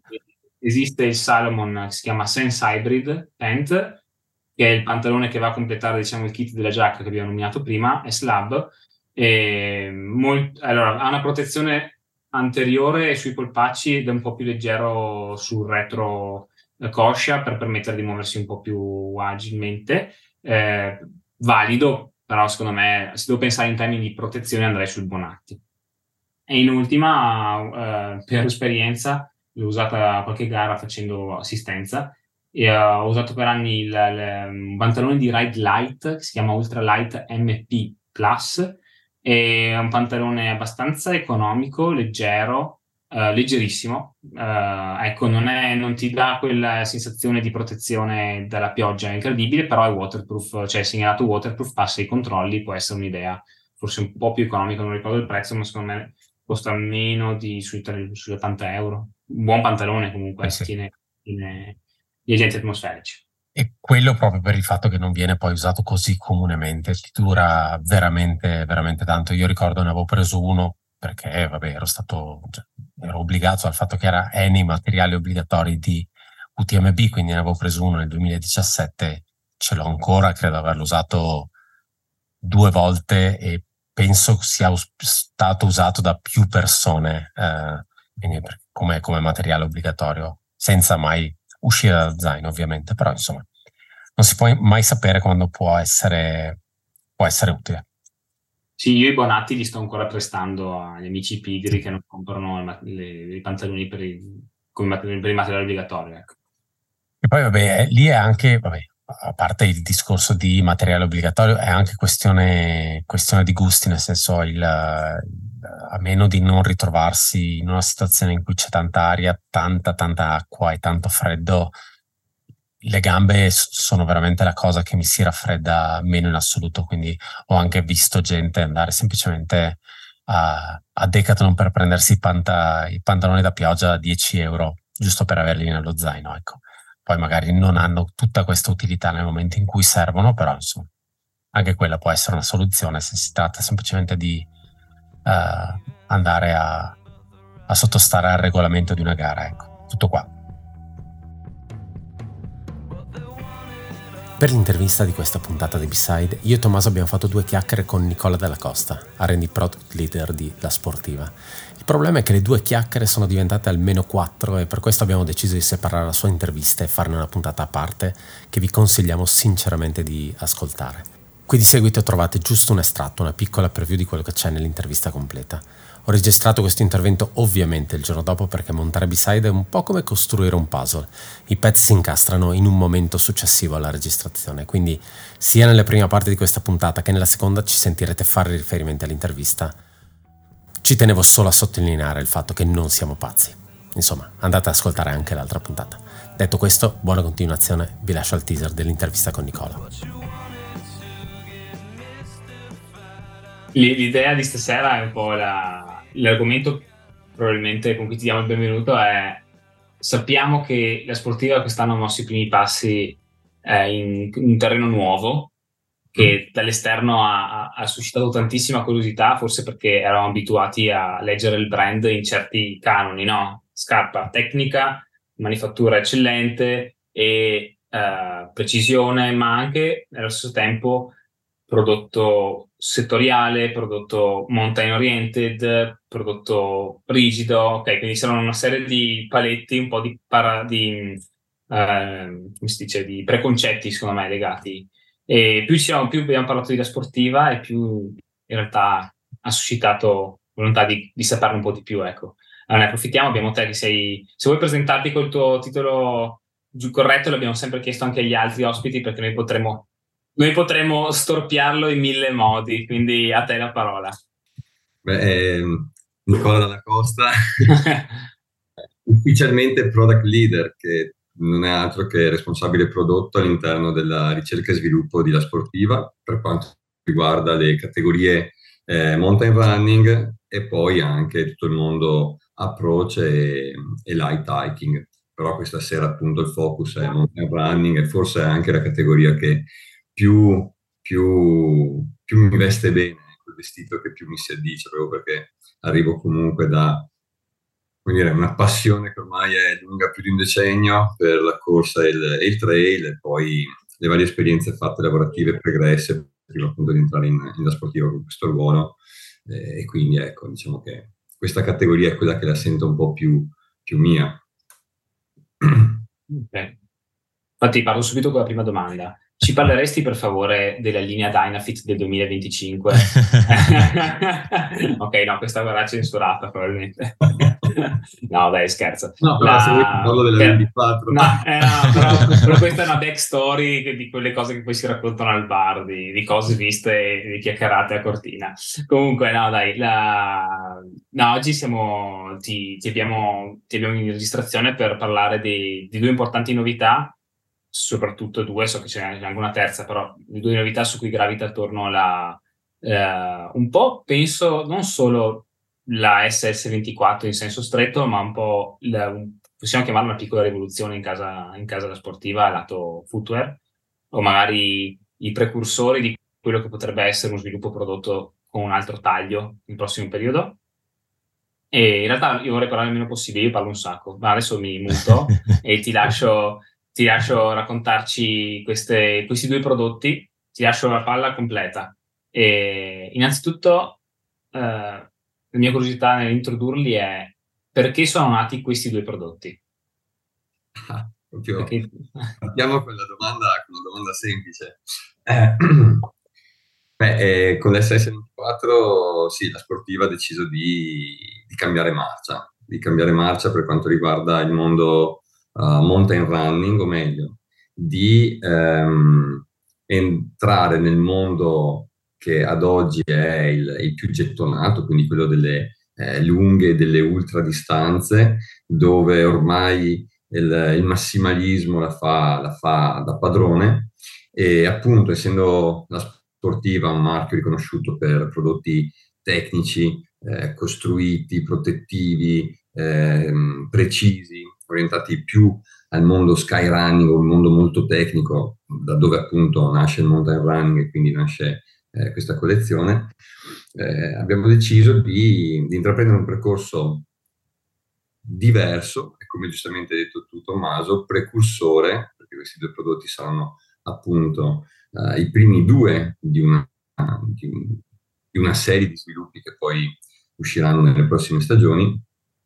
esiste il Salomon che si chiama Sense Hybrid Pant, che è il pantalone che va a completare, diciamo, il kit della giacca che abbiamo nominato prima, è slab. E molt- allora, ha una protezione anteriore sui polpacci ed è un po' più leggero sul retro eh, coscia per permettere di muoversi un po' più agilmente. Eh, valido, però secondo me, se devo pensare in termini di protezione, andrei sul Bonatti. E in ultima, eh, per esperienza, l'ho usata a qualche gara facendo assistenza e eh, ho usato per anni il, il- un pantalone di Ride Light che si chiama Ultra Light M P Plus. È un pantalone abbastanza economico, leggero, eh, leggerissimo. Eh, ecco, non è- non ti dà quella sensazione di protezione dalla pioggia incredibile, però è waterproof, cioè è segnalato waterproof, passa i controlli, può essere un'idea forse un po' più economica, non ricordo il prezzo, ma secondo me costa meno di sui, tre- sugli ottanta euro. Un buon pantalone comunque, Eh si sì. tiene, tiene gli agenti atmosferici. E quello proprio per il fatto che non viene poi usato così comunemente, ti dura veramente, veramente tanto. Io ricordo ne avevo preso uno perché, vabbè, ero stato, cioè, ero obbligato al fatto che era E N I, materiali obbligatori di U T M B, quindi ne avevo preso uno nel duemiladiciassette, ce l'ho ancora, credo averlo usato due volte e penso sia us- stato usato da più persone, eh, quindi per- come, come materiale obbligatorio, senza mai uscire dallo zaino, ovviamente, però insomma, non si può mai sapere quando può essere, può essere utile. Sì, io i Bonatti li sto ancora prestando agli amici pigri che non comprano i ma- le- i pantaloni per i, come mat- per i materiali obbligatori. Ecco. E poi, vabbè, eh, lì è anche, vabbè, a parte il discorso di materiale obbligatorio, è anche questione, questione di gusti, nel senso, il, a meno di non ritrovarsi in una situazione in cui c'è tanta aria, tanta, tanta acqua e tanto freddo, le gambe s- sono veramente la cosa che mi si raffredda meno in assoluto, quindi ho anche visto gente andare semplicemente a, a Decathlon per prendersi i, panta- i pantaloni da pioggia a dieci euro, giusto per averli nello zaino, ecco. Poi magari non hanno tutta questa utilità nel momento in cui servono, però insomma, anche quella può essere una soluzione se si tratta semplicemente di eh, andare a, a sottostare al regolamento di una gara, ecco. Tutto qua. Per l'intervista di questa puntata di B-Side, io e Tommaso abbiamo fatto due chiacchiere con Nicola Della Costa, R and D Product Leader di La Sportiva. Il problema è che le due chiacchiere sono diventate almeno quattro e per questo abbiamo deciso di separare la sua intervista e farne una puntata a parte che vi consigliamo sinceramente di ascoltare. Qui di seguito trovate giusto un estratto, una piccola preview di quello che c'è nell'intervista completa. Ho registrato questo intervento ovviamente il giorno dopo perché montare B-Side è un po' come costruire un puzzle. I pezzi si incastrano in un momento successivo alla registrazione, quindi sia nella prima parte di questa puntata che nella seconda ci sentirete fare riferimenti all'intervista. Ci tenevo solo a sottolineare il fatto che non siamo pazzi. Insomma, andate ad ascoltare anche l'altra puntata. Detto questo, buona continuazione, vi lascio al teaser dell'intervista con Nicola. L'idea di stasera è un po' la- l'argomento probabilmente con cui ti diamo il benvenuto è sappiamo che la sportiva quest'anno ha mosso i primi passi eh, in in un terreno nuovo che dall'esterno ha, ha- ha suscitato tantissima curiosità, forse perché eravamo abituati a leggere il brand in certi canoni, no? Scarpa tecnica, manifattura eccellente e eh, precisione, ma anche nello stesso tempo prodotto settoriale, prodotto mountain oriented, prodotto rigido, ok, quindi c'erano una serie di paletti, un po' di, para, di, eh, come si dice, di preconcetti secondo me legati. E più, ci siamo, più abbiamo parlato di da sportiva e più in realtà ha suscitato volontà di, di saperne un po' di più, ecco. Allora ne approfittiamo, abbiamo te che sei, se vuoi presentarti col tuo titolo giù corretto, l'abbiamo sempre chiesto anche agli altri ospiti, perché noi potremmo, noi potremmo storpiarlo in mille modi, quindi a te la parola. Beh, ehm, Nicola Dalla Costa, ufficialmente product leader, che non è altro che responsabile prodotto all'interno della ricerca e sviluppo di La Sportiva, per quanto riguarda le categorie eh, mountain running e poi anche tutto il mondo approach e, e light hiking. Però questa sera appunto il focus è mountain running e forse è anche la categoria che più, più, più mi veste bene, quel vestito che più mi si addice, proprio perché arrivo comunque da, come dire, una passione che ormai è lunga più di un decennio per la corsa e il, e il trail, e poi le varie esperienze fatte lavorative e pregresse prima appunto di entrare in, in La Sportiva con questo ruolo, eh, e quindi ecco, diciamo che questa categoria è quella che la sento un po' più, più mia. Okay. Infatti parto subito con la prima domanda. Ci parleresti per favore della linea Dynafit del duemilaventicinque? Ok, no, questa verrà censurata probabilmente. No, dai, scherzo. No, però La... se vuoi parlo della per... ventiquattro. No, eh, no però, però questa è una backstory di quelle cose che poi si raccontano al bar, di, di cose viste e di chiacchierate a Cortina. Comunque, no, dai, la... no, oggi siamo, ti, ti, abbiamo, ti abbiamo in registrazione per parlare di, di due importanti novità, soprattutto due, so che c'è anche una terza, però due novità su cui gravita attorno alla, eh, un po', penso, non solo la S S ventiquattro in senso stretto, ma un po', la, un, possiamo chiamarla una piccola rivoluzione in casa, in casa da sportiva, lato footwear, o magari i precursori di quello che potrebbe essere uno sviluppo prodotto con un altro taglio nel prossimo periodo. E in realtà io vorrei parlare il meno possibile, io parlo un sacco, ma adesso mi muto e ti lascio, ti lascio raccontarci queste, questi due prodotti, ti lascio la palla completa. E innanzitutto, eh, la mia curiosità nell'introdurli è: perché sono nati questi due prodotti? Ah, proprio Perché... partiamo con la domanda, con una domanda semplice. Eh, beh, eh, con l'S S ventiquattro, sì, La Sportiva ha deciso di, di cambiare marcia, di cambiare marcia per quanto riguarda il mondo uh, mountain running, o meglio, di ehm, entrare nel mondo che ad oggi è il, il più gettonato, quindi quello delle eh, lunghe, delle ultra distanze, dove ormai il, il massimalismo la fa, la fa da padrone, e appunto, essendo La Sportiva un marchio riconosciuto per prodotti tecnici, eh, costruiti, protettivi, ehm, precisi, orientati più al mondo skyrunning, un mondo molto tecnico, da dove appunto nasce il mountain running e quindi nasce eh, questa collezione, eh, abbiamo deciso di, di intraprendere un percorso diverso, e come giustamente hai detto tu, Tommaso, precursore, perché questi due prodotti saranno appunto uh, i primi due di una, di, un, di una serie di sviluppi che poi usciranno nelle prossime stagioni,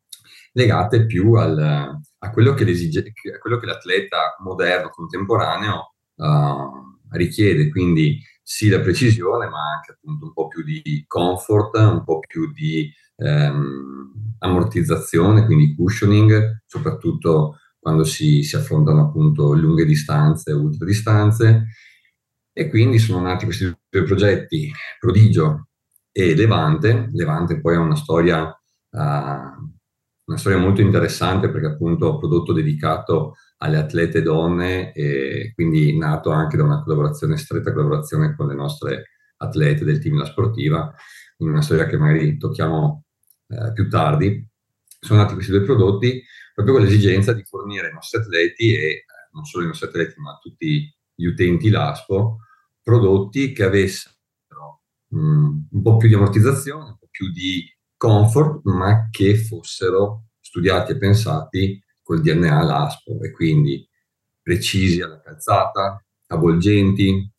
legate più al, a, quello che a quello che l'atleta moderno, contemporaneo uh, richiede, quindi sì la precisione, ma anche appunto un po' più di comfort, un po' più di ehm, ammortizzazione, quindi cushioning, soprattutto quando si, si affrontano appunto lunghe distanze, ultra distanze. E quindi sono nati questi due progetti, Prodigio e Levante. Levante poi ha una storia, uh, una storia molto interessante, perché appunto è un prodotto dedicato alle atlete donne, e quindi nato anche da una collaborazione, stretta collaborazione con le nostre atlete del team La Sportiva, in una storia che magari tocchiamo eh, più tardi. Sono nati questi due prodotti proprio con l'esigenza di fornire ai nostri atleti, e eh, non solo ai nostri atleti ma a tutti gli utenti LASPO, prodotti che avessero mh, un po' più di ammortizzazione, un po' più di comfort, ma che fossero studiati e pensati col D N A LASPO, e quindi precisi alla calzata, avvolgenti,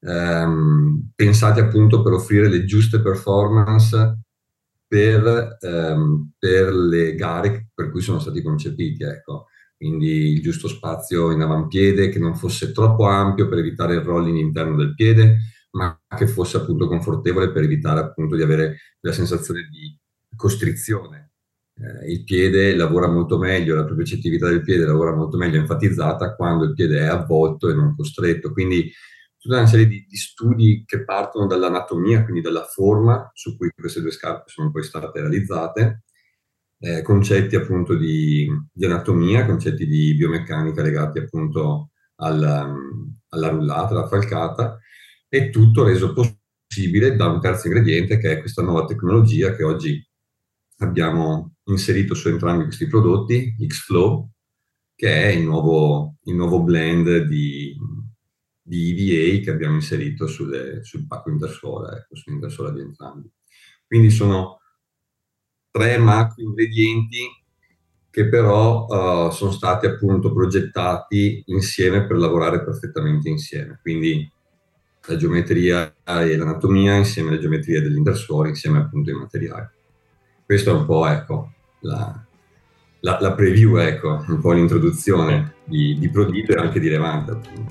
ehm, pensati appunto per offrire le giuste performance per, ehm, per le gare per cui sono stati concepiti, ecco. Quindi il giusto spazio in avampiede, che non fosse troppo ampio per evitare il rolling interno del piede, ma che fosse appunto confortevole per evitare appunto di avere la sensazione di costrizione eh, il piede lavora molto meglio, la propriocettività del piede lavora molto meglio enfatizzata quando il piede è avvolto e non costretto. Quindi tutta una serie di, di studi che partono dall'anatomia, quindi dalla forma su cui queste due scarpe sono poi state realizzate, eh, concetti appunto di, di anatomia, concetti di biomeccanica legati appunto al, um, alla rullata, alla falcata, e tutto reso possibile da un terzo ingrediente che è questa nuova tecnologia che oggi abbiamo inserito su entrambi questi prodotti, X-Flow, che è il nuovo, il nuovo blend di, di E V A che abbiamo inserito sulle, sul pacco intersuola, ecco, sull'intersuola di entrambi. Quindi sono tre macro ingredienti che però uh, sono stati appunto progettati insieme per lavorare perfettamente insieme. Quindi la geometria e l'anatomia insieme alla geometria dell'intersuola, insieme appunto ai materiali. Questo è un po', ecco, la, la, la preview, ecco, un po' l'introduzione di, di Prodito e anche di Levante, appunto.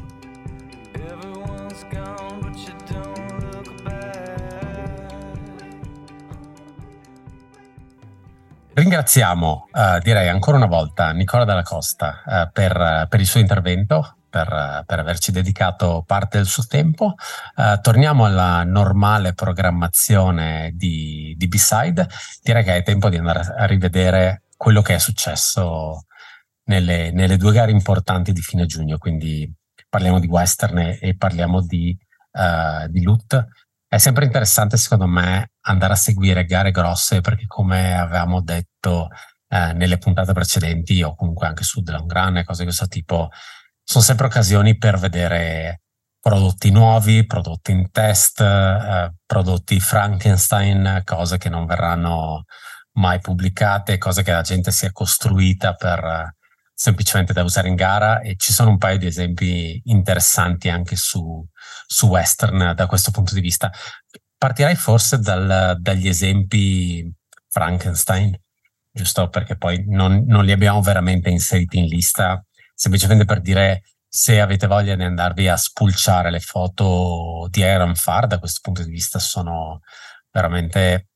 Ringraziamo, uh, direi ancora una volta, Nicola Dalla Costa uh, per, per il suo intervento, per, per averci dedicato parte del suo tempo. Uh, torniamo alla normale programmazione di, di B-Side. Direi che è tempo di andare a rivedere quello che è successo nelle, nelle due gare importanti di fine giugno, quindi parliamo di Western e, e parliamo di, uh, di L U T. È sempre interessante, secondo me, andare a seguire gare grosse perché, come avevamo detto eh, nelle puntate precedenti o comunque anche su The Long Run e cose di questo tipo, sono sempre occasioni per vedere prodotti nuovi, prodotti in test, eh, prodotti Frankenstein, cose che non verranno mai pubblicate, cose che la gente si è costruita per eh, semplicemente da usare in gara, e ci sono un paio di esempi interessanti anche su, su Western da questo punto di vista. Partirei forse dal, dagli esempi Frankenstein, giusto perché poi non, non li abbiamo veramente inseriti in lista, semplicemente per dire, se avete voglia di andarvi a spulciare le foto di Iron Far, da questo punto di vista sono veramente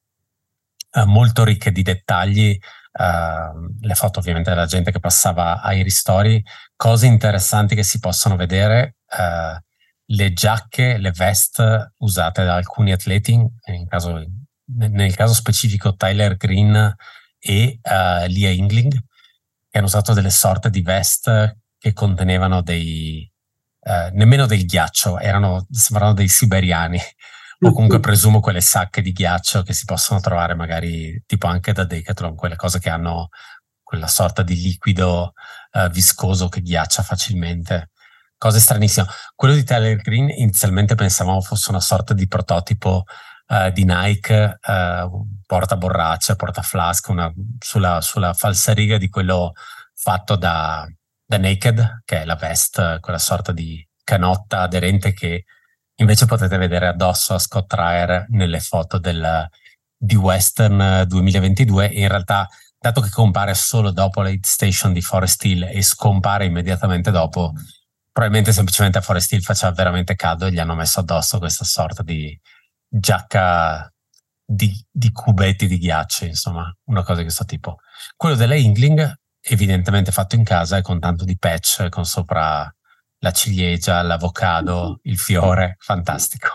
eh, molto ricche di dettagli. Uh, le foto ovviamente della gente che passava ai ristori, cose interessanti che si possono vedere, uh, le giacche, le vest usate da alcuni atleti, in caso, nel caso specifico Tyler Green e uh, Leah Engling, che hanno usato delle sorte di vest che contenevano dei uh, nemmeno del ghiaccio, erano, sembravano dei siberiani, o comunque presumo quelle sacche di ghiaccio che si possono trovare magari tipo anche da Decathlon, quelle cose che hanno quella sorta di liquido uh, viscoso che ghiaccia facilmente. Cose stranissime. Quello di Tyler Green inizialmente pensavamo fosse una sorta di prototipo uh, di Nike, uh, porta borraccia, porta flask, una, sulla, sulla falsariga di quello fatto da, da Naked, che è la vest, quella sorta di canotta aderente che invece potete vedere addosso a Scott Ryer nelle foto del, di Western duemilaventidue, e in realtà, dato che compare solo dopo l'Aid Station di Forest Hill e scompare immediatamente dopo, probabilmente semplicemente a Forest Hill faceva veramente caldo e gli hanno messo addosso questa sorta di giacca di, di cubetti di ghiaccio, insomma, una cosa di questo tipo. Quello della Engling, evidentemente fatto in casa e con tanto di patch, con sopra la ciliegia, l'avocado, il fiore, fantastico.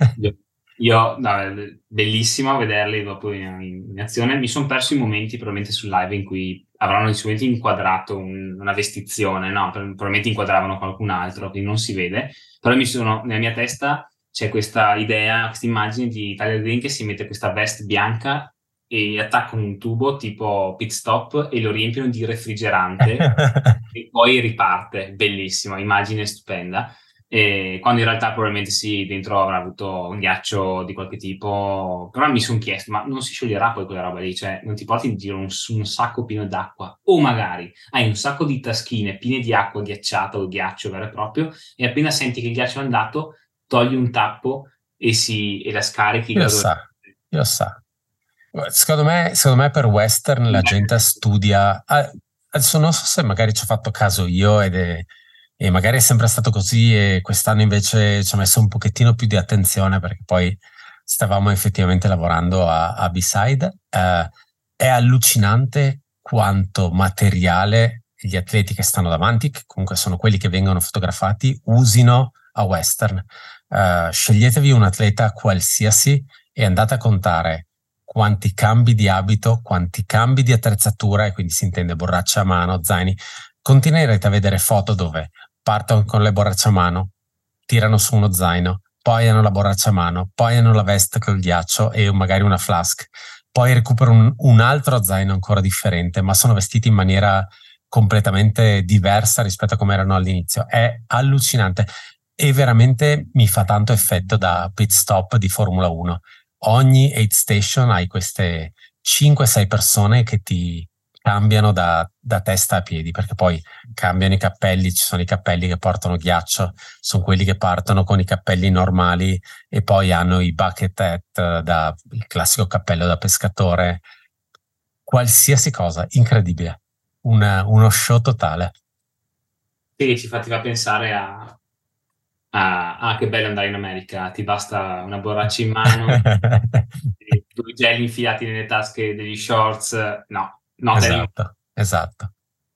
Io, no, bellissimo vederli dopo in, in azione. Mi sono perso i momenti probabilmente sul live in cui avranno sicuramente inquadrato un, una vestizione, no? Probabilmente inquadravano qualcun altro, quindi non si vede, però mi sono, nella mia testa c'è questa idea, questa immagine di Tyler Green che si mette questa veste bianca e attaccano un tubo tipo pit stop e lo riempiono di refrigerante e poi riparte. Bellissima, immagine stupenda. E quando in realtà probabilmente sì, dentro avrà avuto un ghiaccio di qualche tipo, però mi sono chiesto, ma non si scioglierà poi quella roba lì? Cioè, non ti porti in giro un, un sacco pieno d'acqua, o magari hai un sacco di taschine piene di acqua ghiacciata o ghiaccio vero e proprio, e appena senti che il ghiaccio è andato togli un tappo e, si, e la scarichi. Io sa, io sa. Secondo me, secondo me per Western la gente studia, adesso non so se magari ci ho fatto caso io ed è, e magari è sempre stato così, e quest'anno invece ci ho messo un pochettino più di attenzione perché poi stavamo effettivamente lavorando a, a B-Side. Uh, è allucinante quanto materiale gli atleti che stanno davanti, che comunque sono quelli che vengono fotografati, usino a western. Uh, sceglietevi un atleta qualsiasi e andate a contare quanti cambi di abito, quanti cambi di attrezzatura, e quindi si intende borraccia a mano, zaini. Continuerete a vedere foto dove partono con le borracce a mano, tirano su uno zaino, poi hanno la borraccia a mano, poi hanno la veste col ghiaccio e magari una flask, poi recuperano un, un altro zaino ancora differente, ma sono vestiti in maniera completamente diversa rispetto a come erano all'inizio. È allucinante e veramente mi fa tanto effetto da pit stop di Formula uno. Ogni aid station hai queste cinque sei persone che ti cambiano da, da testa a piedi, perché poi cambiano i cappelli, ci sono i cappelli che portano ghiaccio, sono quelli che partono con i cappelli normali e poi hanno i bucket hat, da, il classico cappello da pescatore, qualsiasi cosa, incredibile, Una, uno show totale. Sì, ci fa, ti fa pensare a, a, a che bello andare in America, ti basta una borraccia in mano, due gel infilati nelle tasche degli shorts, no. No, esatto, esatto.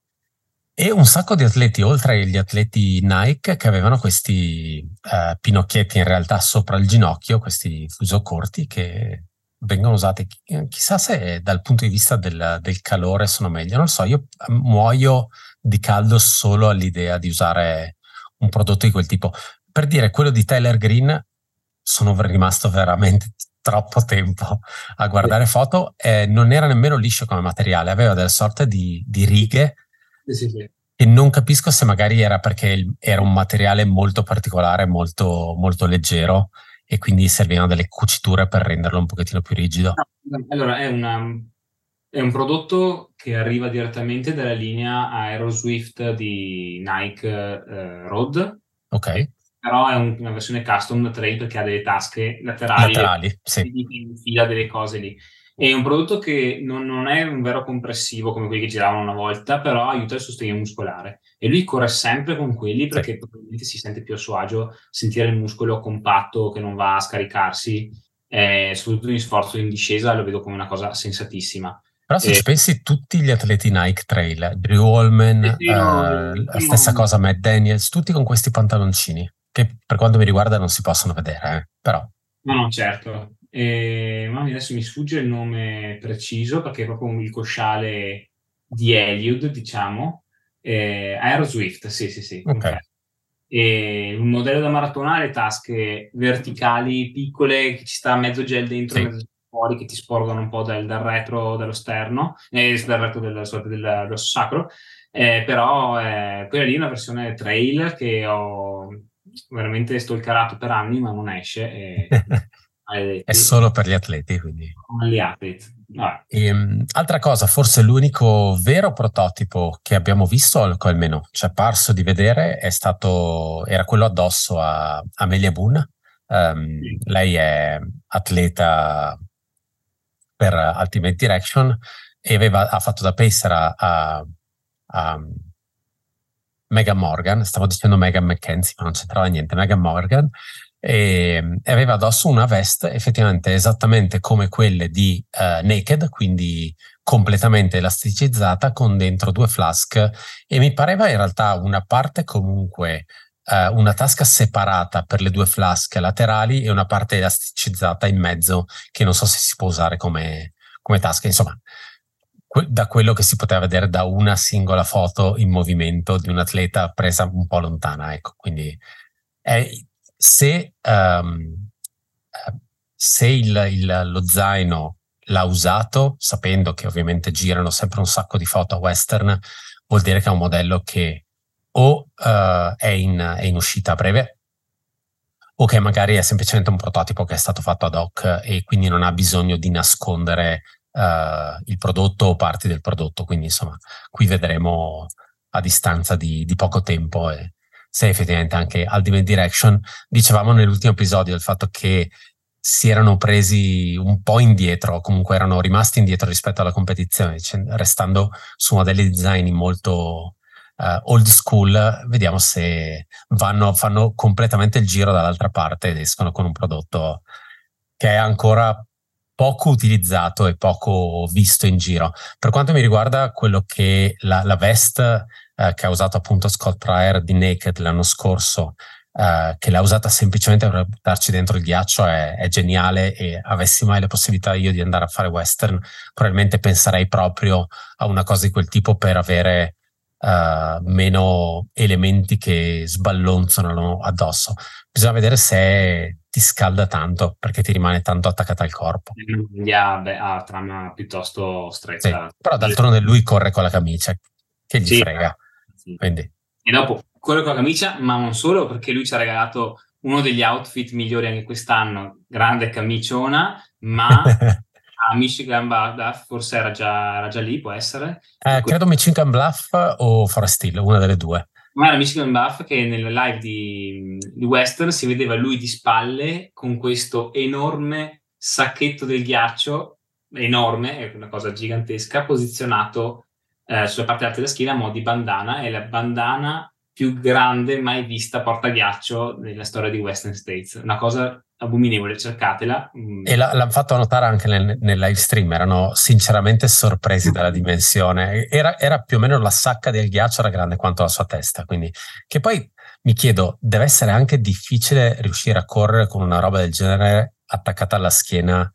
E un sacco di atleti, oltre agli atleti Nike, che avevano questi uh, pinocchietti in realtà sopra il ginocchio, questi fuso corti che vengono usati, chissà se dal punto di vista del, del calore sono meglio, non lo so, io muoio di caldo solo all'idea di usare un prodotto di quel tipo. Per dire, quello di Tyler Green, sono rimasto veramente troppo tempo a guardare foto, e non era nemmeno liscio come materiale, aveva delle sorte di, di righe, sì, sì, sì. E non capisco se magari era perché era un materiale molto particolare, molto, molto leggero, e quindi servivano delle cuciture per renderlo un pochettino più rigido. Allora, è, una, è un prodotto che arriva direttamente dalla linea Aeroswift di Nike eh, Road. Ok. Però è un, una versione custom trail perché ha delle tasche laterali, laterali sì. infila delle cose lì. È un prodotto che non, non è un vero compressivo come quelli che giravano una volta, però aiuta il sostegno muscolare. E lui corre sempre con quelli perché sì. probabilmente si sente più a suo agio sentire il muscolo compatto che non va a scaricarsi. Eh, soprattutto in sforzo in discesa lo vedo come una cosa sensatissima. Però se eh, ci pensi, tutti gli atleti Nike Trail, Drew Allman, eh, eh, la stessa cosa Matt Daniels, tutti con questi pantaloncini, che per quanto mi riguarda non si possono vedere, eh, però. No, no, certo. Eh, ma adesso mi sfugge il nome preciso perché è proprio il cosciale di Eliud, diciamo. Eh, Aeroswift, sì, sì, sì. Ok. Okay. E un modello da maratona ha le tasche verticali, piccole, che ci sta mezzo gel dentro, sì. mezzo fuori, che ti sporgono un po' dal, dal retro, dallo sterno, eh, dal retro del, del, del sacro. Eh, però eh, quella lì è una versione trail che ho veramente stalkerato per anni, ma non esce. E, è solo per gli atleti, quindi. Gli atleti. E, um, altra cosa, forse l'unico vero prototipo che abbiamo visto, o almeno ci è parso di vedere, è stato era quello addosso a Amelia Boone. Um, sì. Lei è atleta per Ultimate Direction e aveva, ha fatto da pacer a, a, a Megan Morgan, stavo dicendo Megan McKenzie, ma non c'entrava niente, Megan Morgan, e, e aveva addosso una veste effettivamente esattamente come quelle di uh, Naked, quindi completamente elasticizzata, con dentro due flask, e mi pareva in realtà una parte comunque, uh, una tasca separata per le due flask laterali e una parte elasticizzata in mezzo, che non so se si può usare come, come tasca, insomma. Da quello che si poteva vedere da una singola foto in movimento di un atleta presa un po' lontana, ecco. Quindi eh, se, um, se il, il, lo zaino l'ha usato, sapendo che ovviamente girano sempre un sacco di foto a western, vuol dire che è un modello che o uh, è, in, è in uscita a breve, o che magari è semplicemente un prototipo che è stato fatto ad hoc e quindi non ha bisogno di nascondere Uh, il prodotto o parti del prodotto. Quindi insomma qui vedremo a distanza di, di poco tempo e se effettivamente anche Ultimate Direction, dicevamo nell'ultimo episodio il fatto che si erano presi un po' indietro, comunque erano rimasti indietro rispetto alla competizione, cioè, restando su modelli di design molto uh, old school. Vediamo se vanno, fanno completamente il giro dall'altra parte ed escono con un prodotto che è ancora poco utilizzato e poco visto in giro. Per quanto mi riguarda, quello che la, la vest eh, che ha usato appunto Scott Pryor di Naked l'anno scorso, eh, che l'ha usata semplicemente per buttarci dentro il ghiaccio, è, è geniale, e avessi mai la possibilità io di andare a fare western, probabilmente penserei proprio a una cosa di quel tipo per avere uh, meno elementi che sballonzano addosso. Bisogna vedere se ti scalda tanto, perché ti rimane tanto attaccata al corpo. Yeah, beh, ha trama piuttosto stretta. Sì, però d'altronde lui corre con la camicia, che gli Sì, frega. sì. Quindi. E dopo corre con la camicia, ma non solo, perché lui ci ha regalato uno degli outfit migliori anche quest'anno, grande camiciona, ma a Michigan Bluff forse era già, era già lì, può essere? Eh, credo Michigan Bluff o Forest Hill, una delle due. Ma era Michigan Bluff che nel live di, di Western si vedeva lui di spalle con questo enorme sacchetto del ghiaccio, enorme, è una cosa gigantesca, posizionato eh, sulla parte alta della schiena a mo' di bandana, è la bandana più grande mai vista portaghiaccio nella storia di Western States. Una cosa abominevole, cercatela. E la, l'hanno fatto notare anche nel, nel live stream, erano sinceramente sorpresi dalla dimensione. Era, era più o meno la sacca del ghiaccio, era grande quanto la sua testa, quindi che poi mi chiedo, deve essere anche difficile riuscire a correre con una roba del genere attaccata alla schiena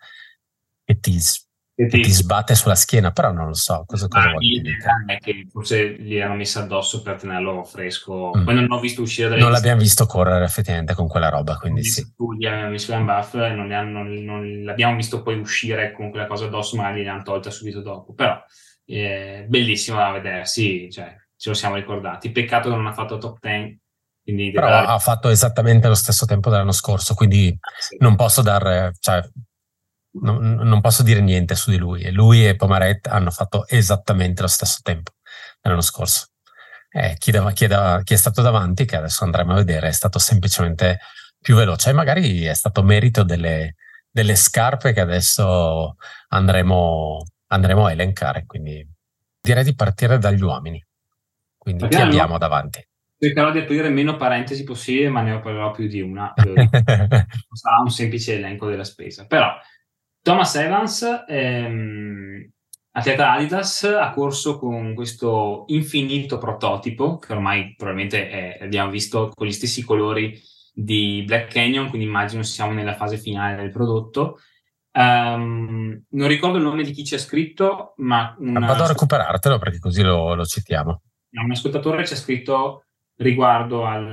e ti, E ti, ti sbatte sulla schiena, però non lo so cosa, cosa vuol dire. È che forse gli hanno messo addosso per tenerlo fresco. Mm. Poi non ho visto uscire dalle non l'abbiamo visto correre effettivamente con quella roba, quindi sì. Tu gli hanno messo in buff, non, hanno, non l'abbiamo visto poi uscire con quella cosa addosso, magari gliel'hanno tolta subito dopo, però eh, bellissimo da vedere, sì, cioè, ce lo siamo ricordati. Peccato che non ha fatto top dieci. Quindi però deve... ha fatto esattamente lo stesso tempo dell'anno scorso, quindi sì. non posso dare, cioè, non, non posso dire niente su di lui. E lui e Pomaret hanno fatto esattamente lo stesso tempo dell'anno scorso. Eh, chi, da, chi, da, chi è stato davanti, che adesso andremo a vedere, è stato semplicemente più veloce, e magari è stato merito delle, delle scarpe che adesso andremo, andremo a elencare. Quindi direi di partire dagli uomini. Quindi perché chi no, abbiamo davanti? Cercherò di aprire meno parentesi possibile, ma ne aprirò più di una. Sarà un semplice elenco della spesa. Però Thomas Evans, ehm, atleta Adidas, ha corso con questo infinito prototipo, che ormai probabilmente è, abbiamo visto con gli stessi colori di Black Canyon, quindi immagino siamo nella fase finale del prodotto. Um, non ricordo il nome di chi ci ha scritto, ma... Una... Vado a recuperartelo perché così lo, lo citiamo. Un ascoltatore ci ha scritto riguardo al,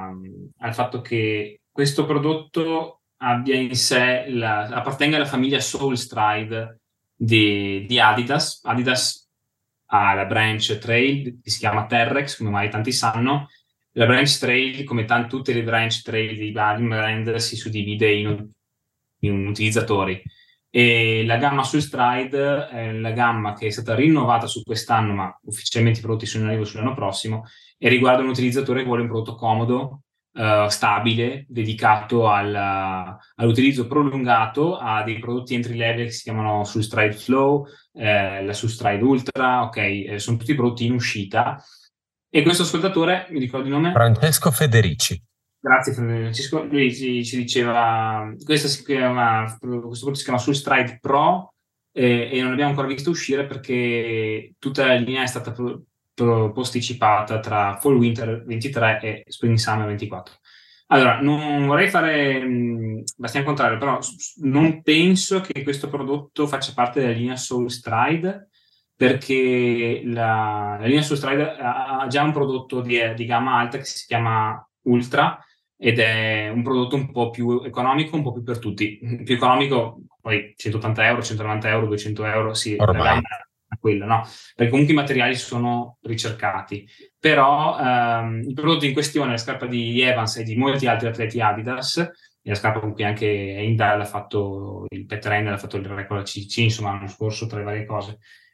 al fatto che questo prodotto abbia in sé, la, appartenga alla famiglia Soulstride di, di Adidas. Adidas ha la branch Trail, che si chiama Terrex, come mai tanti sanno. La branch Trail, come t- tutte le branch Trail di vari brand, si suddivide in, in utilizzatori. E la gamma Soulstride è la gamma che è stata rinnovata su quest'anno, ma ufficialmente i prodotti sono in arrivo sull'anno prossimo, e riguarda un utilizzatore che vuole un prodotto comodo, Uh, stabile, dedicato alla, all'utilizzo prolungato a dei prodotti entry level che si chiamano Soulstride Flow, eh, la Soulstride Ultra, ok, eh, sono tutti prodotti in uscita. E questo ascoltatore, mi ricordo il nome? Francesco Federici. Grazie Francesco, lui ci, ci diceva, questo si chiama, questo prodotto si chiama Soulstride Pro eh, e non l'abbiamo ancora visto uscire perché tutta la linea è stata pro- posticipata tra Fall Winter ventitré e Spring Summer ventiquattro. Allora, non vorrei fare mh, bastiamo contrario, però non penso che questo prodotto faccia parte della linea Soulstride, perché la, la linea Soulstride ha, ha già un prodotto di, di gamma alta che si chiama Ultra, ed è un prodotto un po' più economico, un po' più per tutti. Più economico, poi centottanta euro, centonovanta euro, duecento euro, sì, ormai. La gamma è quella, no? Perché comunque i materiali sono ricercati. Però ehm, il prodotto in questione, la scarpa di Evans e di molti altri atleti Adidas, e la scarpa con cui anche Heimdall ha fatto, il Pet Renner ha fatto il record C C, insomma, l'anno scorso, tra le varie cose.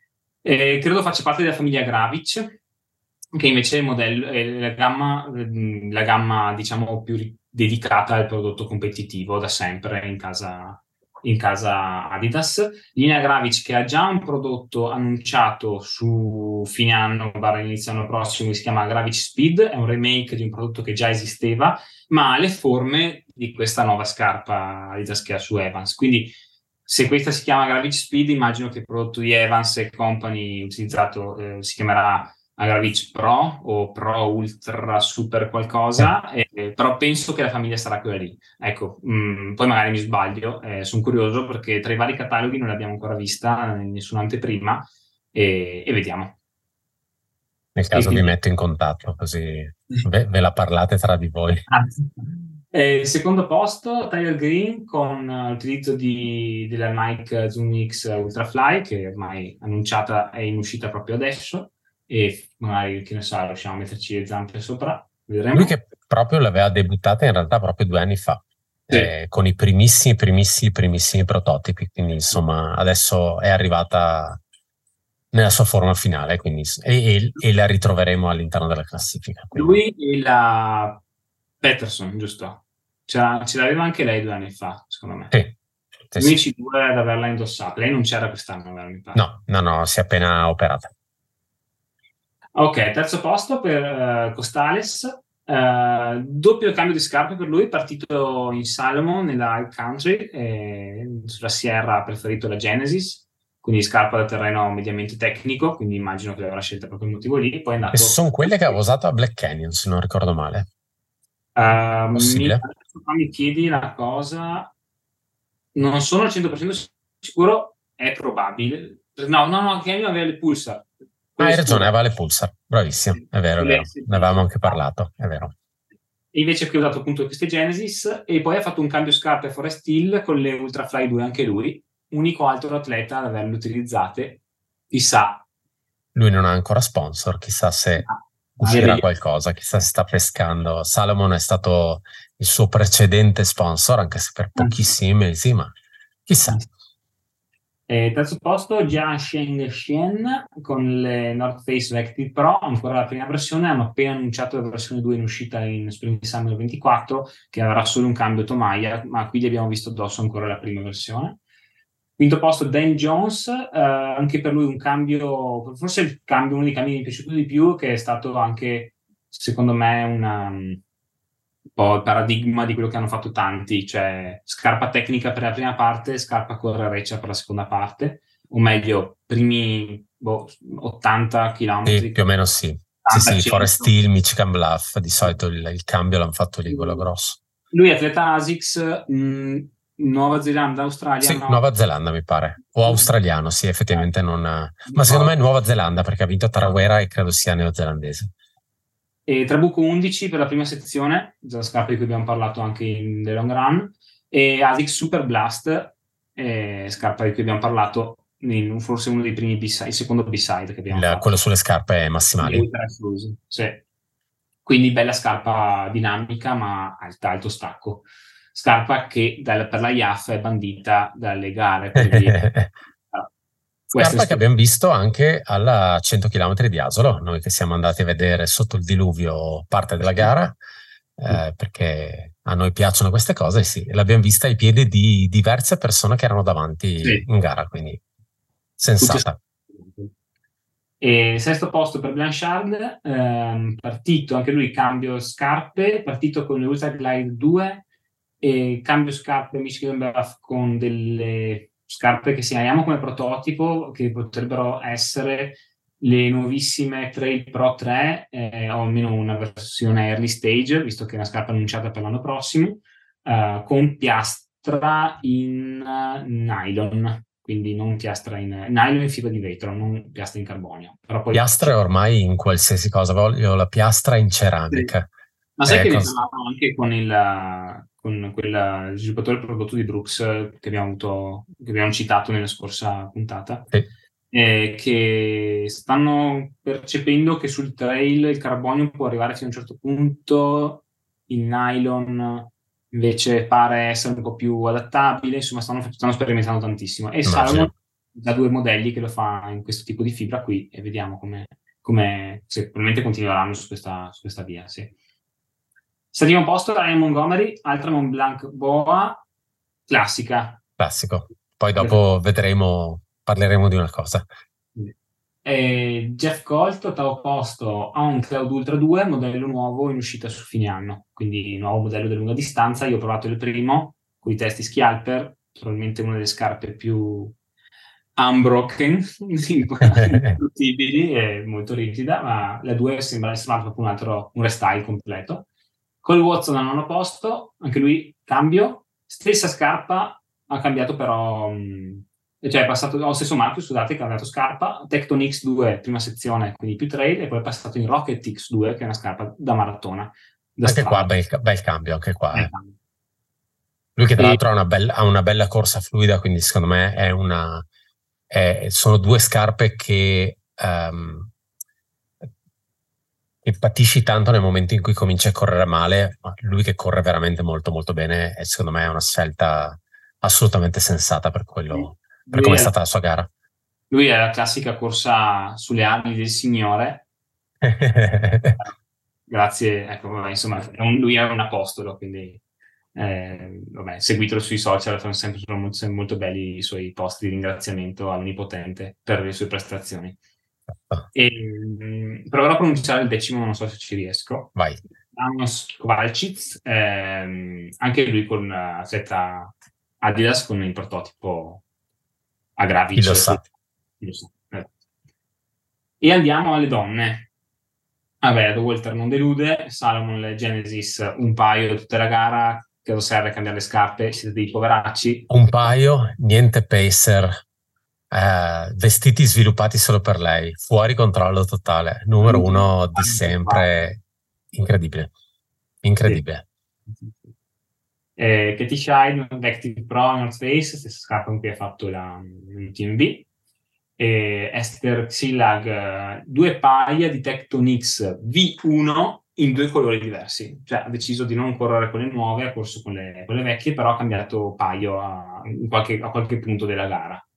E credo faccia parte della famiglia Gravic, che invece è il modello, è la gamma, la gamma diciamo più dedicata al prodotto competitivo da sempre in casa, in casa Adidas. Linea Gravic che ha già un prodotto annunciato su fine anno barra inizio anno prossimo, che si chiama Gravic Speed, è un remake di un prodotto che già esisteva, ma ha le forme di questa nuova scarpa Adidas che ha su Evans. Quindi se questa si chiama Gravity Speed, immagino che il prodotto di Evans e Company utilizzato eh, si chiamerà Gravity Pro o Pro Ultra Super qualcosa, eh. eh, però penso che la famiglia sarà quella lì. Ecco, mh, poi magari mi sbaglio, eh, sono curioso perché tra i vari cataloghi non l'abbiamo ancora vista, nessuna anteprima, e, e vediamo. Nel caso quindi... vi metto in contatto, così ve, ve la parlate tra di voi. Eh, secondo posto, Tyler Green con uh, l'utilizzo di, della Nike Zoom X Ultrafly, che ormai annunciata è in uscita proprio adesso, e magari, che ne so, riusciamo a metterci le zampe sopra, vedremo. Lui che proprio l'aveva debuttata in realtà proprio due anni fa, sì. eh, con i primissimi, primissimi, primissimi prototipi, quindi insomma adesso è arrivata nella sua forma finale, quindi, e, e, e la ritroveremo all'interno della classifica. Quindi. Lui e la Peterson, giusto? Ce l'aveva anche lei due anni fa, secondo me. Sì. Sì, Unici sì. due ad averla indossata. Lei non c'era quest'anno, mi pare. No, no, no, si è appena operata. Ok, terzo posto per uh, Costales. Uh, doppio cambio di scarpe per lui, partito in Salomon nella High Country, e sulla Sierra ha preferito la Genesis, quindi scarpa da terreno mediamente tecnico, quindi immagino che l'avrà scelta proprio il motivo lì. Poi è andato... E sono quelle che avevo usato a Black Canyon, se non ricordo male. Uh, Possibile? Mi, mi chiedi la cosa, non sono al cento per cento sicuro, è probabile. No, no, no, Canyon aveva le Pulsar. Ah, hai ragione, aveva le Pulsar, bravissimo, è vero, è vero, ne avevamo anche parlato, è vero. E invece qui ho dato appunto queste Genesis, e poi ha fatto un cambio scarpe Forest Hill con le Ultrafly due anche lui, unico altro atleta ad averle utilizzate, chissà. Lui non ha ancora sponsor, chissà se ah, uscirà qualcosa, chissà se sta pescando. Salomon è stato il suo precedente sponsor, anche se per pochissimi mesi, ma chissà. Eh, terzo posto, Jian Sheng Shen con le North Face Vective Pro, ancora la prima versione. Hanno appena annunciato la versione due in uscita in Spring Summer ventiquattro, che avrà solo un cambio tomaia, ma qui gli abbiamo visto addosso ancora la prima versione. Quinto posto, Dan Jones, eh, anche per lui un cambio, forse il cambio, uno dei cambi che mi è piaciuto di più, che è stato anche, secondo me, una, un po' il paradigma di quello che hanno fatto tanti, cioè scarpa tecnica per la prima parte, scarpa correreccia per la seconda parte, o meglio, primi boh, ottanta chilometri. Sì, più o meno sì. Sì, sì, Forest Hill, Michigan Bluff, di solito il, il cambio l'hanno fatto lì, quello grosso. Lui è atleta ASICS, mh, Nuova Zelanda, Australia? Sì, no? Nuova Zelanda mi pare, o australiano, sì, effettivamente non... Ma secondo me è Nuova Zelanda, perché ha vinto Tarawera e credo sia neozelandese. E Trabuco undici per la prima sezione, la scarpa di cui abbiamo parlato anche in The Long Run, e ASICS Super Blast, eh, scarpa di cui abbiamo parlato in forse uno dei primi B-side, il secondo B-side che abbiamo il, fatto. Quello sulle scarpe massimali. Sì. Quindi bella scarpa dinamica ma alta, alto stacco. Scarpa che dal, per la I A F è bandita dalle gare. Per via. Scarpa che abbiamo visto anche alla cento chilometri di Asolo, noi che siamo andati a vedere sotto il diluvio parte della gara, eh, perché a noi piacciono queste cose, sì, l'abbiamo vista ai piedi di diverse persone che erano davanti sì. in gara, quindi sensata. E sesto posto per Blanchard, ehm, partito anche lui cambio scarpe, partito con le Ultra Glide due e cambio scarpe Michigan Bluff con delle scarpe che segnaliamo come prototipo, che potrebbero essere le nuovissime Trail Pro tre, eh, o almeno una versione early stage, visto che è una scarpa annunciata per l'anno prossimo, eh, con piastra in uh, nylon, quindi non piastra in nylon in fibra di vetro, non piastra in carbonio. Però poi piastra è ormai in qualsiasi cosa, voglio la piastra in ceramica. Sì. Ma sai eh, che ne cos- parlavamo anche con il con quel sviluppatore prodotto di Brooks che abbiamo avuto, che abbiamo citato nella scorsa puntata, sì. eh, che stanno percependo che sul trail il carbonio può arrivare fino a un certo punto, il nylon invece pare essere un po' più adattabile, insomma stanno, stanno sperimentando tantissimo. E Salomon da due modelli che lo fa in questo tipo di fibra qui, e vediamo come, come se probabilmente continueranno su questa, su questa via, sì. Settimo posto, Ryan Montgomery, altra Mont Blanc Boa, classica. Classico. Poi dopo vedremo, parleremo di una cosa. E Jeff Colt, ottavo posto, ha un Cloud Ultra due, modello nuovo in uscita su fine anno, quindi nuovo modello di lunga distanza. Io ho provato il primo, con i testi Scalper, probabilmente una delle scarpe più unbroken, indistruttibili e molto rigida, ma la due sembra, sembra proprio un altro un restyle completo. Col Watson al nono posto, anche lui cambio, stessa scarpa, ha cambiato però, mh, cioè è passato allo stesso marchio, scusate, ha cambiato scarpa, Tecton X due, prima sezione, quindi più trail, e poi è passato in Rocket X due, che è una scarpa da maratona. Da Anche qua strada. bel, bel cambio, anche qua. Eh. Eh, Lui che tra e- l'altro ha una, bella, ha una bella corsa fluida, quindi secondo me è una, è- sono due scarpe che, ehm, che patisci tanto nel momento in cui cominci a correre male, ma lui che corre veramente molto molto bene, e secondo me è una scelta assolutamente sensata per quello, per lui come è è, stata la sua gara. lui è la classica corsa sulle ali del signore. Grazie, ecco, vabbè, insomma, è un- lui è un apostolo, quindi eh, vabbè, seguitelo sui social, sono sempre, sono molto, sempre molto belli i suoi post di ringraziamento all'Onnipotente per le sue prestazioni. E, mh, proverò a pronunciare il decimo, non so se ci riesco. Vai. Janos Kovalcic, ehm, anche lui con uh, atleta Adidas con il prototipo a Gravic. Chi lo sa. Chi lo sa, eh. E andiamo alle donne. Vabbè, Walter non delude, Salomon e Genesis un paio tutta la gara, che serve a cambiare le scarpe, siete dei poveracci. Un paio, niente pacer, eh, vestiti sviluppati solo per lei, fuori controllo totale, numero uno di sempre, incredibile, incredibile. Sì. Eh, Katie Shine, Active Pro, North Face, stessa scarpa con cui ha fatto la il T M B. E Esther Xillag, eh, due paia di Tecton X V uno in due colori diversi, cioè ha deciso di non correre con le nuove, ha corso con le, con le vecchie, però ha cambiato paio a, in qualche, a qualche punto della gara.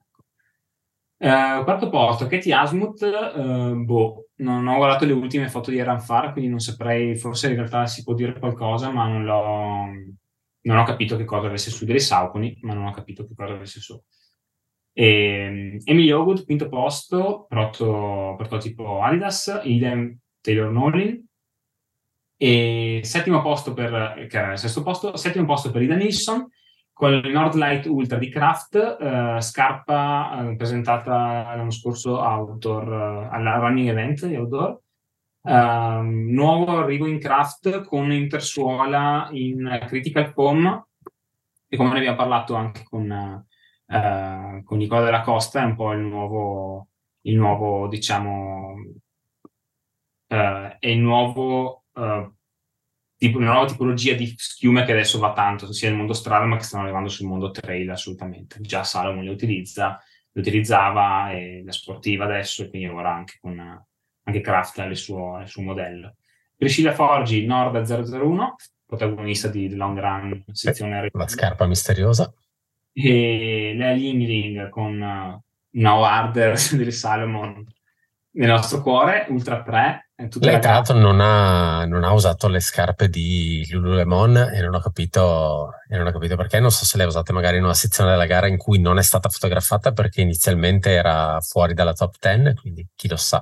Eh, quarto posto, Katie Asmuth, eh, boh, non ho guardato le ultime foto di Eran Far, quindi non saprei, forse in realtà si può dire qualcosa, ma non l'ho, non ho capito che cosa avesse su, delle Saucony, ma non ho capito che cosa avesse su. E, Emily Ogood, quinto posto, proto, prototipo Adidas, idem Taylor Nolin. E settimo posto per, che era il sesto posto, settimo posto per Ida Nilsson, con il Nordlight Ultra di Kraft, eh, scarpa eh, presentata l'anno scorso outdoor, eh, alla running event di outdoor. Uh, nuovo arrivo in Kraft con intersuola in Critical Foam, e come ne abbiamo parlato anche con, uh, con Nicola della Costa, è un po' il nuovo, il nuovo diciamo, uh, è il nuovo uh, tipo, una nuova tipologia di schiume che adesso va tanto sia nel mondo strada, ma che stanno arrivando sul mondo trail assolutamente. Già Salomon le utilizza, le utilizzava e la sportiva adesso, e quindi ora anche con anche Kraft ha il suo, il suo modello. Priscilla Forgi, Nord zero zero uno, protagonista di The Long Run, sezione eh, la scarpa misteriosa. E Lea Yingling con uh, una Harder del Salomon nel nostro cuore, Ultra tre. Lei tra l'altro non ha, non ha usato le scarpe di Lululemon e non ho capito e non ho capito perché. Non so se le ha usate magari in una sezione della gara in cui non è stata fotografata perché inizialmente era fuori dalla top dieci, quindi chi lo sa.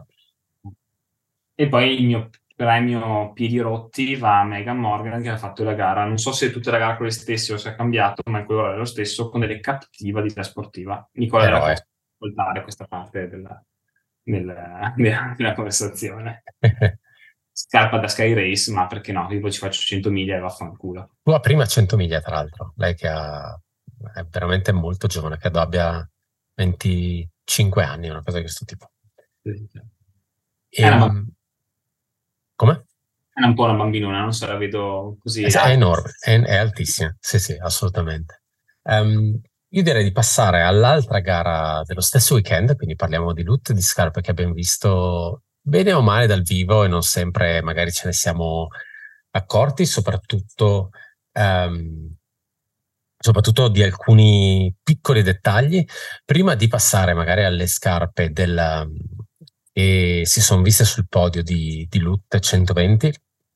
E poi il mio premio piedi rotti va a Megan Morgan, che ha fatto la gara, non so se è tutta la gara con le stesse o se è cambiato, ma in quello è lo stesso, con delle cattiva di vita sportiva. Nicola della Eroe. Costa, ascoltare questa parte della, della, della, della conversazione. Scarpa da Sky Race, ma perché no? Io poi ci faccio cento miglia e vaffanculo. Tu a prima cento miglia, tra l'altro. Lei che ha, è veramente molto giovane, credo abbia venticinque anni, una cosa di questo tipo. Sì, sì. E, È, una, come? È un po' una bambinona, non se la vedo così. È, è enorme, è, è altissima. Sì, sì, assolutamente. Um, io direi di passare all'altra gara dello stesso weekend, quindi parliamo di loot di scarpe che abbiamo visto bene o male dal vivo e non sempre magari ce ne siamo accorti, soprattutto, um, soprattutto di alcuni piccoli dettagli. Prima di passare magari alle scarpe del, che si sono viste sul podio di, di Loot centoventi,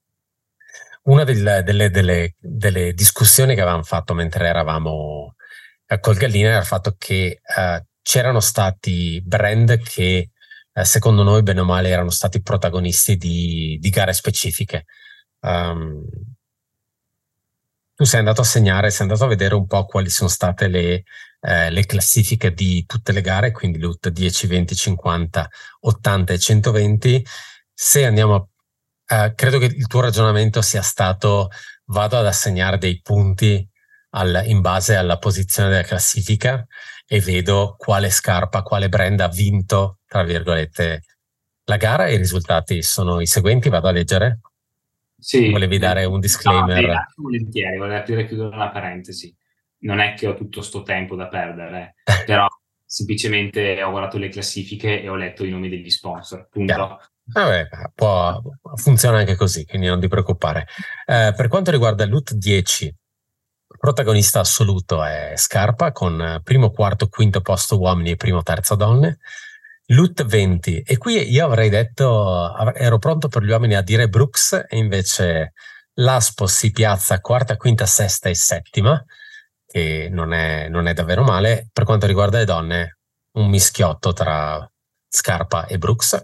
una del, delle, delle, delle discussioni che avevamo fatto mentre eravamo col Gallina era il fatto che uh, c'erano stati brand che uh, secondo noi bene o male erano stati protagonisti di, di gare specifiche. Um, tu sei andato a segnare, sei andato a vedere un po' quali sono state le, eh, le classifiche di tutte le gare, quindi L U T dieci, venti, cinquanta, ottanta e centoventi. Se andiamo a, eh, credo che il tuo ragionamento sia stato: vado ad assegnare dei punti al, in base alla posizione della classifica e vedo quale scarpa, quale brand ha vinto, tra virgolette, la gara, e i risultati sono i seguenti. Vado a leggere. Sì, Volevi dare un disclaimer? No, sì, volentieri, vorrei aprire e chiudere una parentesi. Non è che ho tutto sto tempo da perdere, però semplicemente ho guardato le classifiche e ho letto i nomi degli sponsor, punto. Vabbè, può, funziona anche così, quindi non ti preoccupare. Eh, per quanto riguarda L U T dieci, il protagonista assoluto è Scarpa, con primo, quarto, quinto posto uomini e primo, terzo donne. L U T venti, e qui io avrei detto, ero pronto per gli uomini a dire Brooks, e invece l'Aspo si piazza quarta, quinta, sesta e settima, che non è, non è davvero male. Per quanto riguarda le donne, un mischiotto tra Scarpa e Brooks.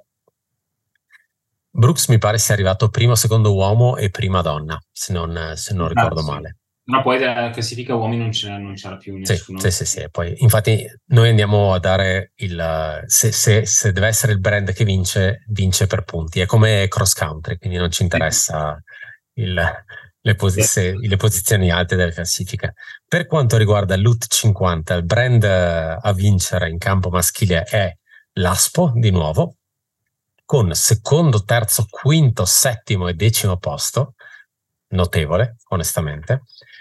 Brooks mi pare sia arrivato primo, secondo uomo e prima donna, se non, se non ricordo sì. male. Ma poi dalla classifica uomini non c'era, non c'era più nessuno. Sì, sì, sì, sì. Poi, infatti noi andiamo a dare il... Se, se, se deve essere il brand che vince, vince per punti. È come cross country, quindi non ci interessa il, le, posi- le posizioni alte della classifica. Per quanto riguarda l'U T cinquanta, il brand a vincere in campo maschile è l'Aspo, di nuovo, con secondo, terzo, quinto, settimo e decimo posto, notevole, onestamente.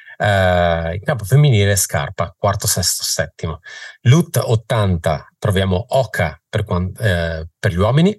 Uh, in campo femminile Scarpa, quarto, sesto, settimo. L U T ottanta troviamo Oka per, eh, per gli uomini.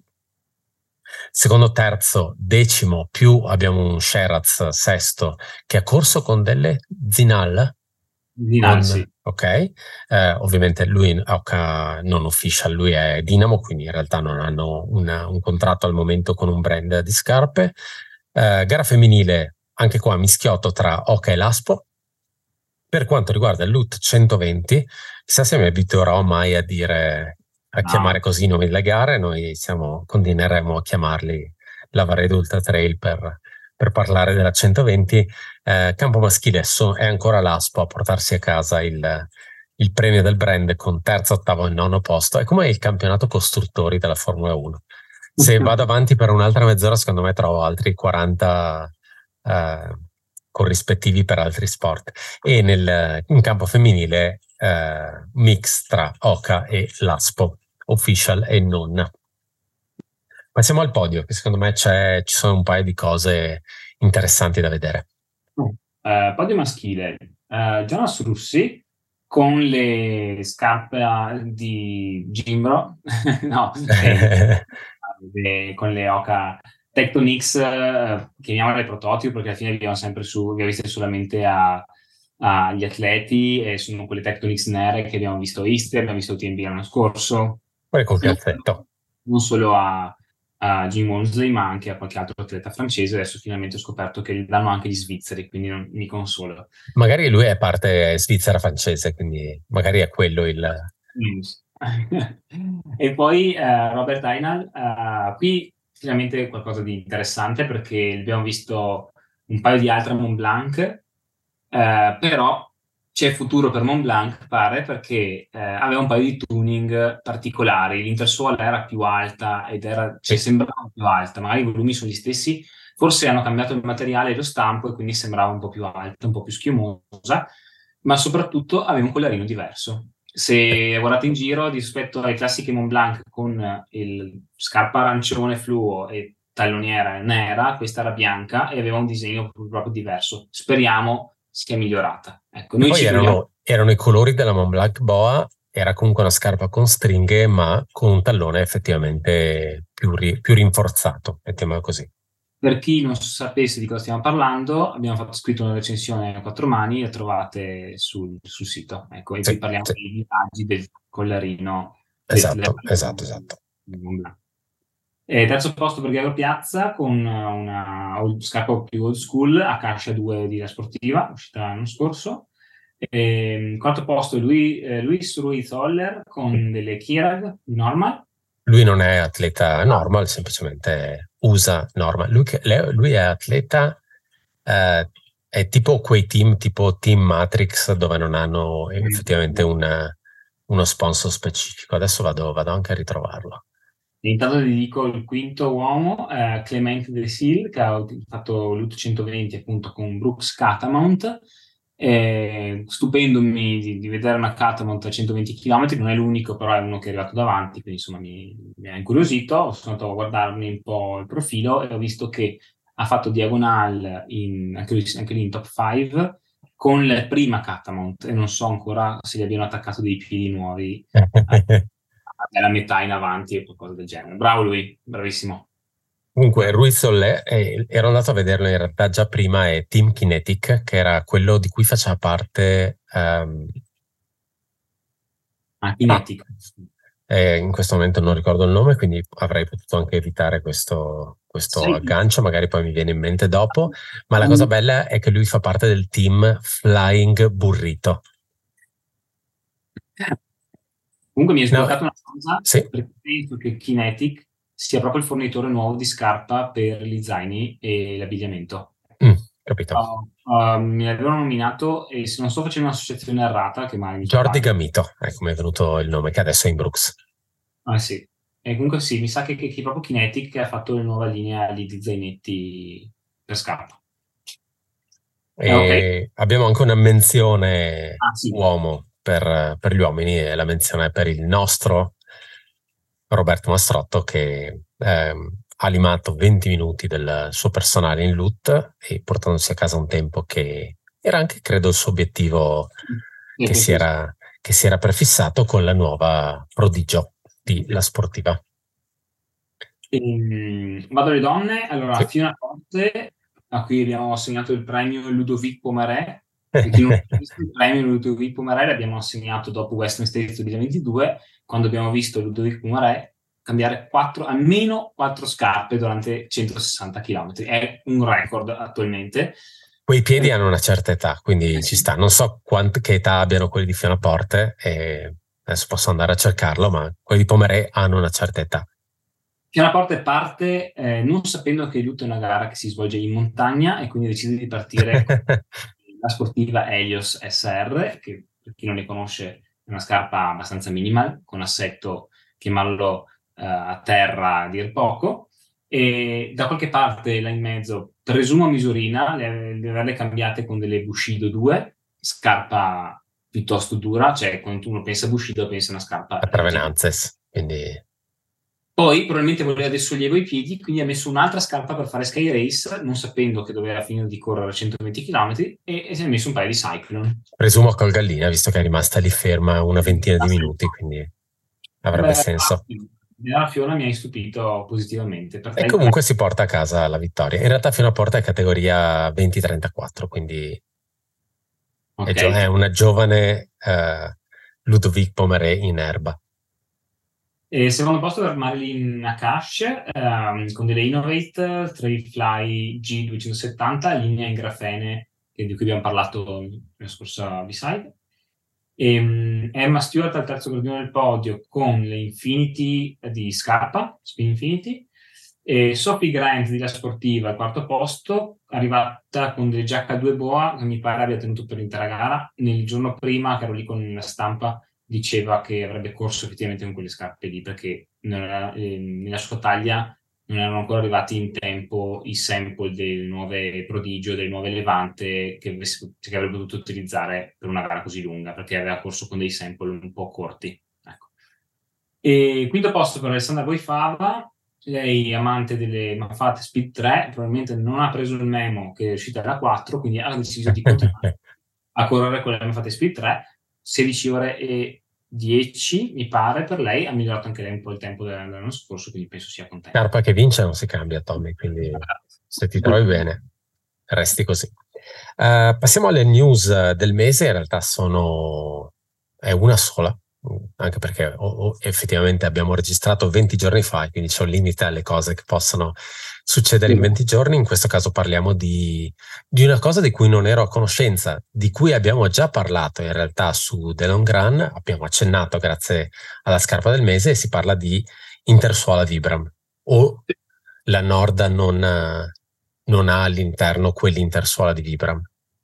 Secondo, terzo, decimo, più abbiamo un Sheraz, sesto, che ha corso con delle Zinal. Zinal, sì. Ok, eh, ovviamente lui Oka non official, lui è Dinamo, quindi in realtà non hanno una, un contratto al momento con un brand di scarpe. Eh, gara femminile, anche qua mischiotto tra Oka e l'Aspo. Per quanto riguarda il L U T centoventi, chissà se mi abituerò mai a dire, a no. chiamare così i nomi delle gare. Noi siamo, continueremo a chiamarli la Varedo Ultra Trail per, per parlare della centoventi. Eh, campo maschile so, è ancora l'Aspo a portarsi a casa il, il premio del brand con terzo, ottavo e nono posto. È come il campionato costruttori della Formula uno. Se vado avanti per un'altra mezz'ora, secondo me trovo altri quaranta eh, corrispettivi per altri sport. E nel, in campo femminile eh, mix tra Oka e l'Aspo, official e non. Passiamo al podio, che secondo me c'è, ci sono un paio di cose interessanti da vedere. Uh, podio maschile, uh, Jonas Russi con le scarpe di Gimbro, no, eh, eh, con le Oka Tectonix, uh, chiamiamole prototipo, perché alla fine abbiamo sempre su, abbiamo viste solamente a, agli atleti, e sono quelle Tectonix nere che abbiamo visto a Easter, abbiamo visto a T M B l'anno scorso. Poi col calzetto. Non solo a a Jim Walmsley, ma anche a qualche altro atleta francese. Adesso finalmente ho scoperto che gli danno anche gli svizzeri, quindi non mi consolo. Magari lui è parte svizzera-francese, quindi magari è quello il... E poi uh, Robert Einal, uh, qui finalmente qualcosa di interessante, perché abbiamo visto un paio di altre Mont Blanc, uh, però c'è futuro per Mont Blanc, pare, perché eh, aveva un paio di tuning particolari. L'intersuola era più alta ed era, cioè, sembrava più alta, magari i volumi sono gli stessi, forse hanno cambiato il materiale e lo stampo e quindi sembrava un po' più alta, un po' più schiumosa, ma soprattutto aveva un collarino diverso. Se guardate in giro, rispetto alle classiche Mont Blanc con il scarpa arancione fluo e talloniera nera, questa era bianca e aveva un disegno proprio diverso. Speriamo sia migliorata. Ecco, noi poi ci erano, erano i colori della Mont Blanc Boa, era comunque una scarpa con stringhe, ma con un tallone effettivamente più, ri, più rinforzato, mettiamola così. Per chi non sapesse di cosa stiamo parlando, abbiamo fatto scritto una recensione a quattro mani, la trovate sul, sul sito. Ecco, e sì, qui parliamo sì. dei vantaggi del collarino. Esatto, del, del, esatto, esatto. E terzo posto per Gago Piazza con una scarpa più old school, Akasha due di La Sportiva, uscita l'anno scorso. E, quarto posto lui, eh, Luis Ruiz Holler con delle Kirag di Normal. Lui non è atleta normal, semplicemente usa normal. Lui, lui è atleta, eh, è tipo quei team tipo Team Matrix dove non hanno effettivamente una, uno sponsor specifico. Adesso vado, vado anche a ritrovarlo. Intanto ti dico il quinto uomo, eh, Clement De Seal, che ha fatto l'U T centoventi appunto con Brooks Catamount. Eh, stupendomi di, di vedere una Catamount a centoventi chilometri, non è l'unico, però è uno che è arrivato davanti, quindi insomma mi, mi ha incuriosito. Sono andato a guardarmi un po' il profilo e ho visto che ha fatto diagonal in, anche, lui, anche lì in top cinque con la prima Catamount, e non so ancora se gli abbiano attaccato dei piedi nuovi alla metà in avanti o qualcosa del genere. Bravo lui, bravissimo. Comunque Ruiz Solé, eh, ero andato a vederlo in realtà già prima, è Team Kinetic, che era quello di cui faceva parte um... ah, Kinetic. Ah, eh, in questo momento non ricordo il nome, quindi avrei potuto anche evitare questo, questo sì. aggancio, magari poi mi viene in mente dopo, ma la cosa bella è che lui fa parte del team Flying Burrito. Comunque mi è sbloccato no, una cosa, sì. perché penso che Kinetic sia proprio il fornitore nuovo di scarpa per gli zaini e l'abbigliamento. Mm, capito. Uh, uh, mi avevano nominato, e se non sto facendo un'associazione errata, che mai mi Jordi Gamito, è come è venuto il nome, che adesso è in Brooks. Ah sì, e comunque sì, mi sa che, che, che proprio Kinetic ha fatto la nuova linea lì di zainetti per scarpa. E okay. Abbiamo anche una menzione ah, sì. uomo per, per gli uomini, e la menzione è per il nostro Roberto Mastrotto, che ehm, ha limato venti minuti del suo personale in L U T e portandosi a casa un tempo che era anche, credo, il suo obiettivo sì, che, sì, si era, sì. che si era prefissato con la nuova prodigio di La Sportiva. Ehm, vado alle donne. Allora, sì. Fiona Forte, a cui abbiamo assegnato il premio Ludovic Pomaré. Per chi non ha visto il premio Ludovic Pomaré l'abbiamo assegnato dopo Western States duemilaventidue, quando abbiamo visto Ludovic Pomaré cambiare quattro, almeno quattro scarpe durante centosessanta chilometri. È un record attualmente. Quei piedi eh. hanno una certa età, quindi eh, ci sta. Non so quant- che età abbiano quelli di Fiona Forte, e adesso posso andare a cercarlo, ma quelli di Pomaré hanno una certa età. Fiona Forte parte eh, non sapendo che l'U T è una gara che si svolge in montagna, e quindi decide di partire con la sportiva Helios S R, che per chi non le conosce è una scarpa abbastanza minimal, con assetto, chiamarlo uh, a terra a dir poco, e da qualche parte là in mezzo, presumo misurina, le, le averle cambiate con delle Bushido due, scarpa piuttosto dura, cioè quando uno pensa a Bushido pensa a una scarpa a Travenanzes, quindi... Poi probabilmente voleva del sollievo ai piedi, quindi ha messo un'altra scarpa per fare Sky Race, non sapendo che doveva finire di correre a centoventi chilometri, e, e si è messo un paio di Cyclone. Presumo col Gallina, visto che è rimasta lì ferma una ventina di minuti, quindi avrebbe Beh, senso. La Fiona mi ha stupito positivamente. Per e comunque si porta a casa la vittoria. In realtà Fiona Porta è categoria venti trentaquattro, quindi okay. è, gio- è una giovane uh, Ludovic Pomaré in erba. E secondo posto per Marilyn Nakash, ehm, con delle Innovate Trailfly G duecentosettanta, linea in grafene, di cui abbiamo parlato nella scorsa B-side. E, um, Emma Stewart al terzo gradino del podio con le Infinity di Scarpa, Spin Infinity, e Sophie Grant di La Sportiva al quarto posto, arrivata con delle giacca due boa, che mi pare abbia tenuto per l'intera gara. Nel giorno prima, che ero lì con la stampa, diceva che avrebbe corso effettivamente con quelle scarpe lì, perché non era, eh, nella sua taglia non erano ancora arrivati in tempo i sample delle nuove Prodigio, delle nuove Levante, che, avesse, che avrebbe potuto utilizzare per una gara così lunga, perché aveva corso con dei sample un po' corti. Ecco. E quinto posto per Alessandra Boifava, lei amante delle Mafate Speed tre, probabilmente non ha preso il memo che è uscita da quattro, quindi ha deciso di continuare a correre con le Mafate Speed tre, sedici ore e dieci mi pare per lei, ha migliorato anche lei un po' il tempo dell'anno scorso, quindi penso sia contenta. Scarpa che vince non si cambia, Tommy, quindi se ti trovi bene resti così. Uh, passiamo alle news del mese. In realtà sono è una sola, anche perché oh, oh, effettivamente abbiamo registrato venti giorni fa, quindi c'è un limite alle cose che possono succedere in venti giorni. In questo caso parliamo di, di una cosa di cui non ero a conoscenza, di cui abbiamo già parlato in realtà su The Long Run, abbiamo accennato grazie alla scarpa del mese, e si parla di Intersuola Vibram, o la Norda non, non ha all'interno quell'intersuola di Vibram.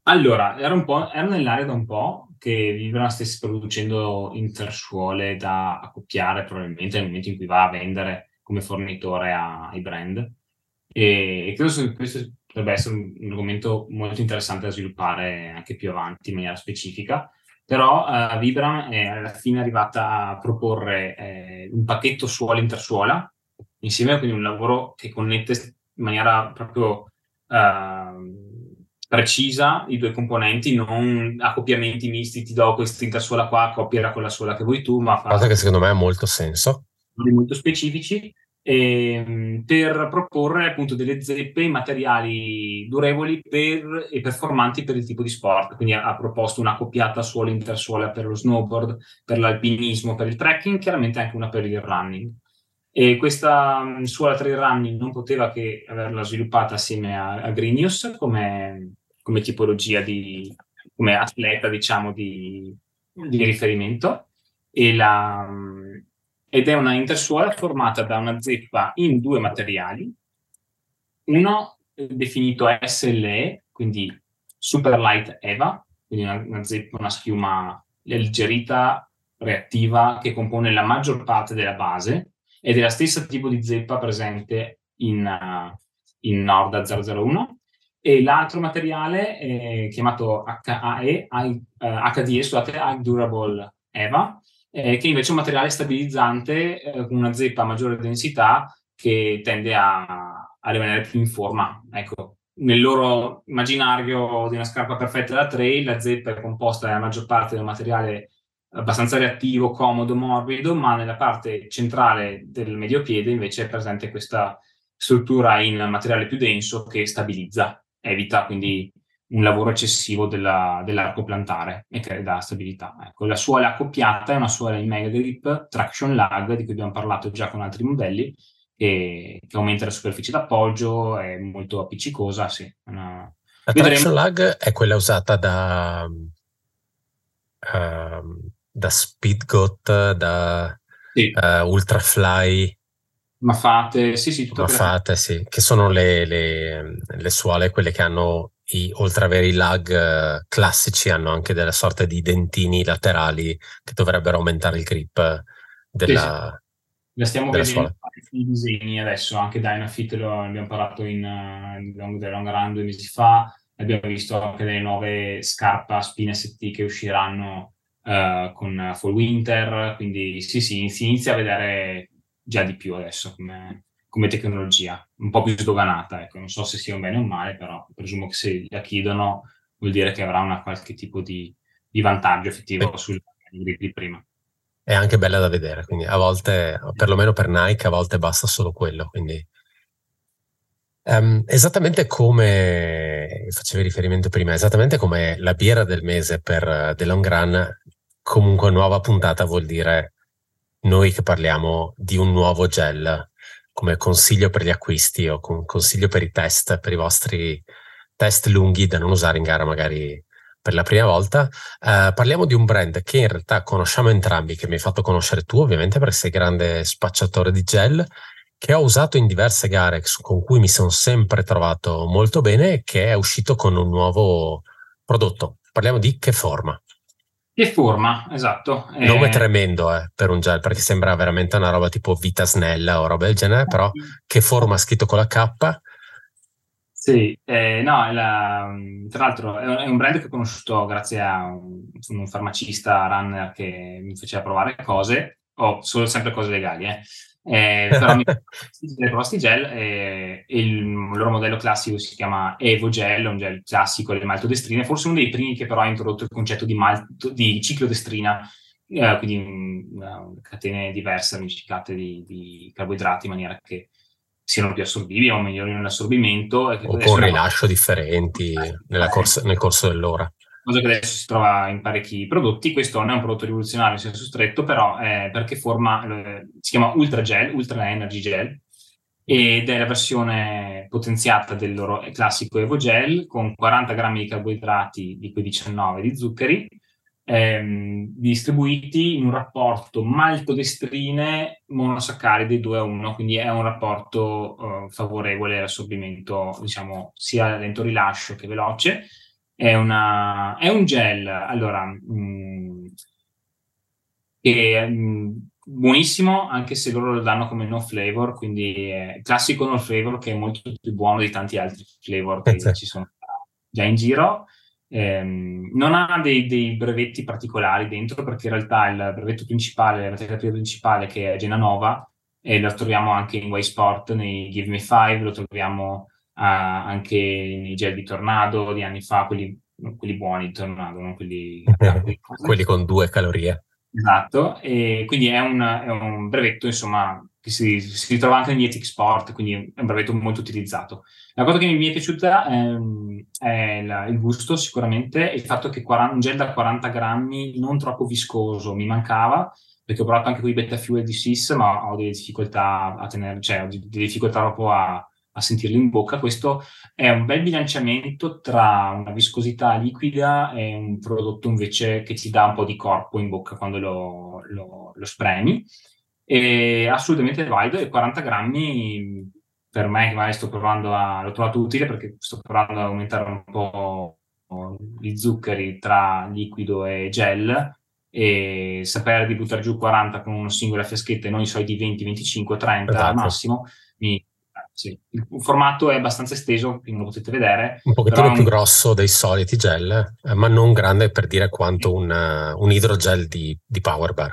Allora, era un po', era nell'aria da un po' che Vibram stesse producendo intersuole da accoppiare probabilmente nel momento in cui va a vendere come fornitore a- ai brand. E, e credo che questo potrebbe essere un, un argomento molto interessante da sviluppare anche più avanti in maniera specifica. Però eh, Vibram è alla fine arrivata a proporre eh, un pacchetto suola-intersuola insieme, quindi un lavoro che connette in maniera proprio eh, precisa i due componenti, non accoppiamenti misti, ti do questa intersuola qua, coppierà con la suola che vuoi tu, ma Cosa fa che secondo me ha molto senso. molto specifici, ehm, per proporre appunto delle zeppe in materiali durevoli per, e performanti per il tipo di sport. Quindi ha, ha proposto una coppiata suola-intersuola per lo snowboard, per l'alpinismo, per il trekking, chiaramente anche una per il running. E questa mh, suola trail running non poteva che averla sviluppata assieme a, a Greenius come, come tipologia di, come atleta, diciamo, di, di riferimento. E la, mh, ed è una intersuola formata da una zeppa in due materiali, uno eh, definito S L E, quindi Super Light EVA, quindi una, una zeppa, una schiuma alleggerita, reattiva, che compone la maggior parte della base, ed è la stessa tipo di zeppa presente in, uh, in Norda zero zero uno. E l'altro materiale è chiamato H A E, High- eh, H D E, scusate, High Durable EVA, eh, che invece è un materiale stabilizzante eh, con una zeppa a maggiore densità che tende a, a rimanere più in forma. Ecco, nel loro immaginario di una scarpa perfetta da trail, la zeppa è composta nella maggior parte da un materiale abbastanza reattivo, comodo, morbido, ma nella parte centrale del mediopiede invece è presente questa struttura in materiale più denso che stabilizza, evita quindi un lavoro eccessivo della, dell'arco plantare e che dà stabilità. Ecco, la suola accoppiata è una suola in mega grip traction lag, di cui abbiamo parlato già con altri modelli, che, che aumenta la superficie d'appoggio, è molto appiccicosa. Sì. Una... La Vedremo. traction lag è quella usata da, uh, da Speedgoat, da Sì. uh, Ultrafly, Mafate, sì, sì, tutto Mafate, sì, che sono le, le, le suole, quelle che hanno, i, oltre ad avere i lag uh, classici, hanno anche delle sorte di dentini laterali che dovrebbero aumentare il grip della, sì, sì. La stiamo della vedendo suola. i disegni adesso, anche Dynafit lo abbiamo parlato in uh, long, long run due mesi fa, abbiamo visto anche delle nuove scarpe Spin S T che usciranno uh, con Fall Winter, quindi sì, sì, si inizia a vedere già di più adesso come, come tecnologia, un po' più sdoganata, ecco. Non so se sia un bene o un male, però presumo che se la chiedono vuol dire che avrà una qualche tipo di, di vantaggio effettivo sul grip di prima. È anche bella da vedere, quindi a volte, perlomeno per Nike, a volte basta solo quello, quindi um, esattamente come facevi riferimento prima, esattamente come la birra del mese per uh, The Long Run, comunque nuova puntata vuol dire noi che parliamo di un nuovo gel come consiglio per gli acquisti o con consiglio per i test, per i vostri test lunghi da non usare in gara magari per la prima volta. Uh, parliamo di un brand che in realtà conosciamo entrambi, che mi hai fatto conoscere tu ovviamente perché sei grande spacciatore di gel, che ho usato in diverse gare con cui mi sono sempre trovato molto bene e che è uscito con un nuovo prodotto. Parliamo di Che Forma. Che Forma, esatto. Nome eh... tremendo eh, per un gel, perché sembra veramente una roba tipo Vita Snella o roba del genere, però Che Forma scritto con la K. Sì, eh, no, è la, tra l'altro è un brand che ho conosciuto grazie a un, un farmacista runner che mi faceva provare cose, ho solo sempre cose legali, eh. Eh, però mi provo sti gel e, e il loro modello classico si chiama Evo Gel, un gel classico delle maltodestrine, forse uno dei primi che però ha introdotto il concetto di, malto, di ciclodestrina, eh, quindi uh, catene diverse ramificate di, di carboidrati in maniera che siano più assorbibili o migliorino l'assorbimento. E che o con una rilascio differenti nella corso, nel corso dell'ora. Cosa che adesso si trova in parecchi prodotti. Questo non è un prodotto rivoluzionario in senso stretto, però è perché forma, eh, si chiama Ultra Gel, Ultra Energy Gel, ed è la versione potenziata del loro classico Evo Gel con quaranta grammi di carboidrati, di cui diciannove di zuccheri, ehm, distribuiti in un rapporto maltodestrine monosaccaridi due a uno, quindi è un rapporto eh, favorevole all'assorbimento, diciamo, sia lento rilascio che veloce. è, una, è un gel, allora, mh, che è mh, buonissimo, anche se loro lo danno come no flavor, quindi è classico no flavor, che è molto più buono di tanti altri flavor che ci sono già in giro. Ehm, non ha dei, dei brevetti particolari dentro, perché in realtà il brevetto principale, la materia prima principale, che è Genanova, e lo troviamo anche in Way Sport, nei Give Me Five, lo troviamo uh, anche nei gel di Tornado di anni fa, quelli, quelli buoni di Tornado, non quelli, quelli, quelli con due calorie. Esatto, e quindi è un, è un brevetto, insomma, che si, si ritrova anche negli Ethic Sport, quindi è un brevetto molto utilizzato. La cosa che mi è piaciuta è, è la, il gusto, sicuramente, e il fatto che quaranta, un gel da quaranta grammi non troppo viscoso mi mancava, perché ho provato anche con i beta fuel di S I S, ma ho delle difficoltà a tenere, cioè ho delle difficoltà proprio a, a sentirlo in bocca. Questo è un bel bilanciamento tra una viscosità liquida e un prodotto invece che ti dà un po' di corpo in bocca quando lo, lo, lo spremi. E assolutamente valido, e quaranta grammi per me, che magari sto provando a, l'ho trovato utile perché sto provando ad aumentare un po' gli zuccheri tra liquido e gel, e sapere di buttare giù quaranta con una singola fiaschetta e non i soliti venti, venticinque, trenta Esatto. al massimo. Mi, sì. Il formato è abbastanza esteso, quindi lo potete vedere. Un pochettino però più un... grosso dei soliti gel, eh, ma non grande per dire quanto un, uh, un idrogel di, di Power Bar.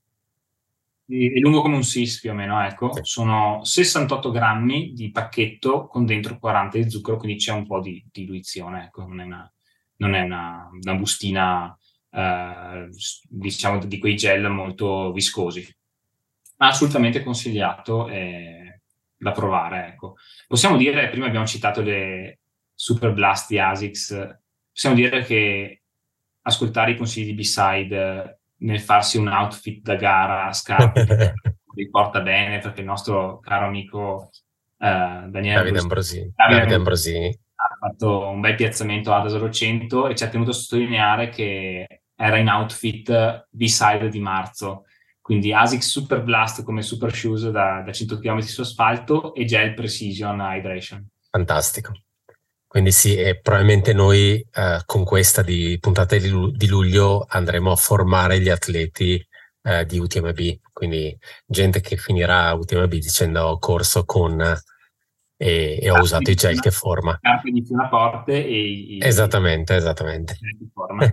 È lungo come un S I S più o meno, ecco. Sì. Sono sessantotto grammi di pacchetto con dentro quaranta di zucchero, quindi c'è un po' di diluizione, ecco. Non è una, non è una, una bustina, eh, diciamo, di quei gel molto viscosi. Ma assolutamente consigliato eh, da provare, ecco. Possiamo dire, prima abbiamo citato le Super Blast di ASICS, possiamo dire che ascoltare i consigli di B-Side nel farsi un outfit da gara, scarpe, li porta bene, perché il nostro caro amico eh, Daniele Davide Ambrosini, Davide Davide Ambrosini ha fatto un bel piazzamento ad Asolo cento e ci ha tenuto a sottolineare che era in outfit B-Side di marzo, quindi ASICS Super Blast come super shoes da, da cento chilometri su asfalto e Gel Precision Hydration. Fantastico. Quindi sì, e probabilmente noi eh, con questa di puntata di, lu- di luglio andremo a formare gli atleti eh, di U T M B, quindi gente che finirà U T M B dicendo ho corso con e, e ho usato i gel che forma. Scarpe di pianoforte e i, esattamente, esattamente. Che forma.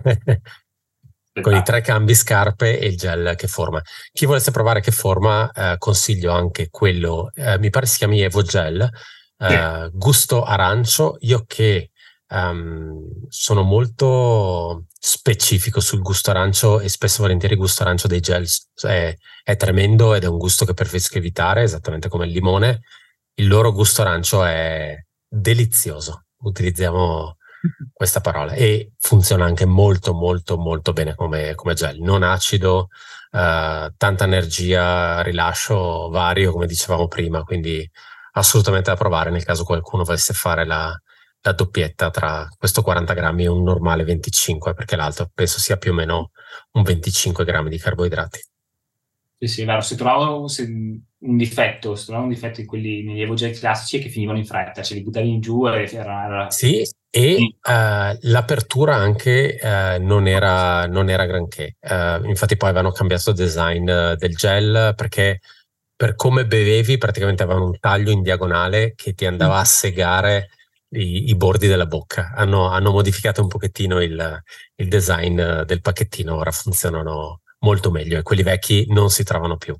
Con i tre cambi scarpe e il gel che forma. Chi volesse provare che forma, eh, consiglio anche quello, eh, mi pare si chiami Evo Gel, Uh, gusto arancio. Io che um, sono molto specifico sul gusto arancio e spesso e volentieri il gusto arancio dei gel è, è tremendo ed è un gusto che preferisco evitare, esattamente come il limone. Il loro gusto arancio è delizioso, utilizziamo questa parola, e funziona anche molto molto molto bene come, come gel, non acido, uh, tanta energia, rilascio vario come dicevamo prima, quindi assolutamente da provare nel caso qualcuno volesse fare la, la doppietta tra questo quaranta grammi e un normale venticinque, perché l'altro penso sia più o meno un venticinque grammi di carboidrati. Sì, sì, è vero. Se trovavo se, un difetto, se trovavo un difetto in quelli negli Evo Gel classici è che finivano in fretta, ce li buttavi in giù e era... era... Sì, e sì. Uh, l'apertura anche uh, non era, non era granché. Uh, infatti poi avevano cambiato il design uh, del gel, perché per come bevevi praticamente avevano un taglio in diagonale che ti andava a segare i, i bordi della bocca. Hanno, hanno modificato un pochettino il, il design del pacchettino, ora funzionano molto meglio e quelli vecchi non si trovano più.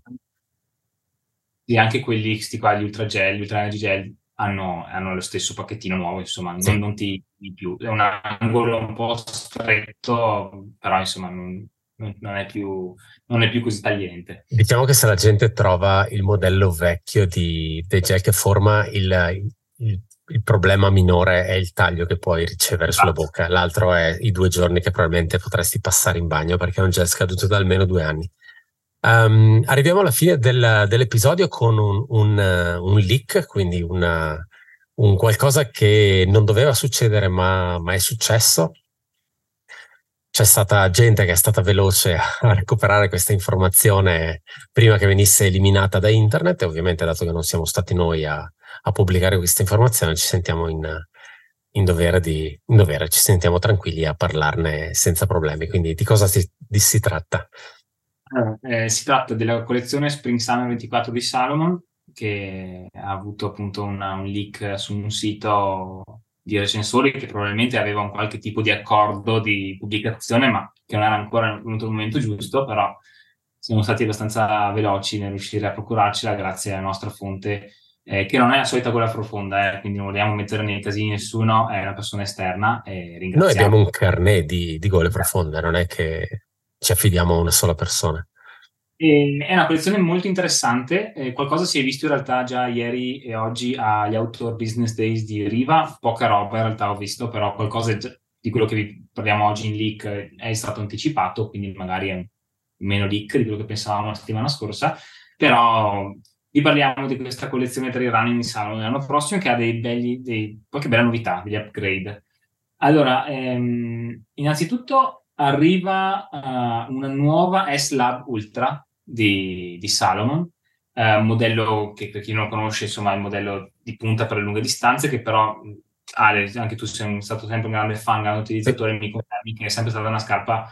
E anche quelli, sti qua, gli Ultra Gel, gli Ultra Energy Gel hanno, hanno lo stesso pacchettino nuovo, insomma, sì. non, non ti di più. È un angolo un po' stretto, però insomma non... non è più non è più così tagliente. Diciamo che se la gente trova il modello vecchio di dei gel che forma, il, il, il problema minore è il taglio che puoi ricevere esatto. sulla bocca, l'altro è i due giorni che probabilmente potresti passare in bagno, perché è un gel scaduto da almeno due anni. Um, arriviamo alla fine del, dell'episodio con un, un, un leak, quindi una, un qualcosa che non doveva succedere ma, ma è successo. C'è stata gente che è stata veloce a recuperare questa informazione prima che venisse eliminata da internet, e ovviamente, dato che non siamo stati noi a, a pubblicare questa informazione, ci sentiamo in, in dovere di in dovere, ci sentiamo tranquilli a parlarne senza problemi. Quindi di cosa si, di, si tratta? Eh, si tratta della collezione Spring Summer ventiquattro di Salomon, che ha avuto appunto una, un leak su un sito di recensori che probabilmente aveva un qualche tipo di accordo di pubblicazione, ma che non era ancora venuto il momento giusto, però siamo stati abbastanza veloci nel riuscire a procurarcela grazie alla nostra fonte, eh, che non è la solita quella profonda, eh, quindi non vogliamo mettere nei casini nessuno, è una persona esterna e ringraziamo. Noi abbiamo un carnet di, di gole profonde, non è che ci affidiamo a una sola persona. E è una collezione molto interessante, eh, qualcosa si è visto in realtà già ieri e oggi agli Outdoor Business Days di Riva, poca roba in realtà ho visto, però qualcosa di quello che vi parliamo oggi in leak è stato anticipato, quindi magari è meno leak di quello che pensavamo la settimana scorsa, però vi parliamo di questa collezione trail running di Salomon l'anno prossimo che ha dei belli, dei, qualche bella novità, degli upgrade. Allora, ehm, innanzitutto arriva uh, una nuova S-Lab Ultra di, di Salomon, eh, un modello che per chi non lo conosce insomma è il modello di punta per le lunghe distanze, che però Ale, anche tu sei stato sempre un grande fan, grande utilizzatore, mi confermi che è sempre stata una scarpa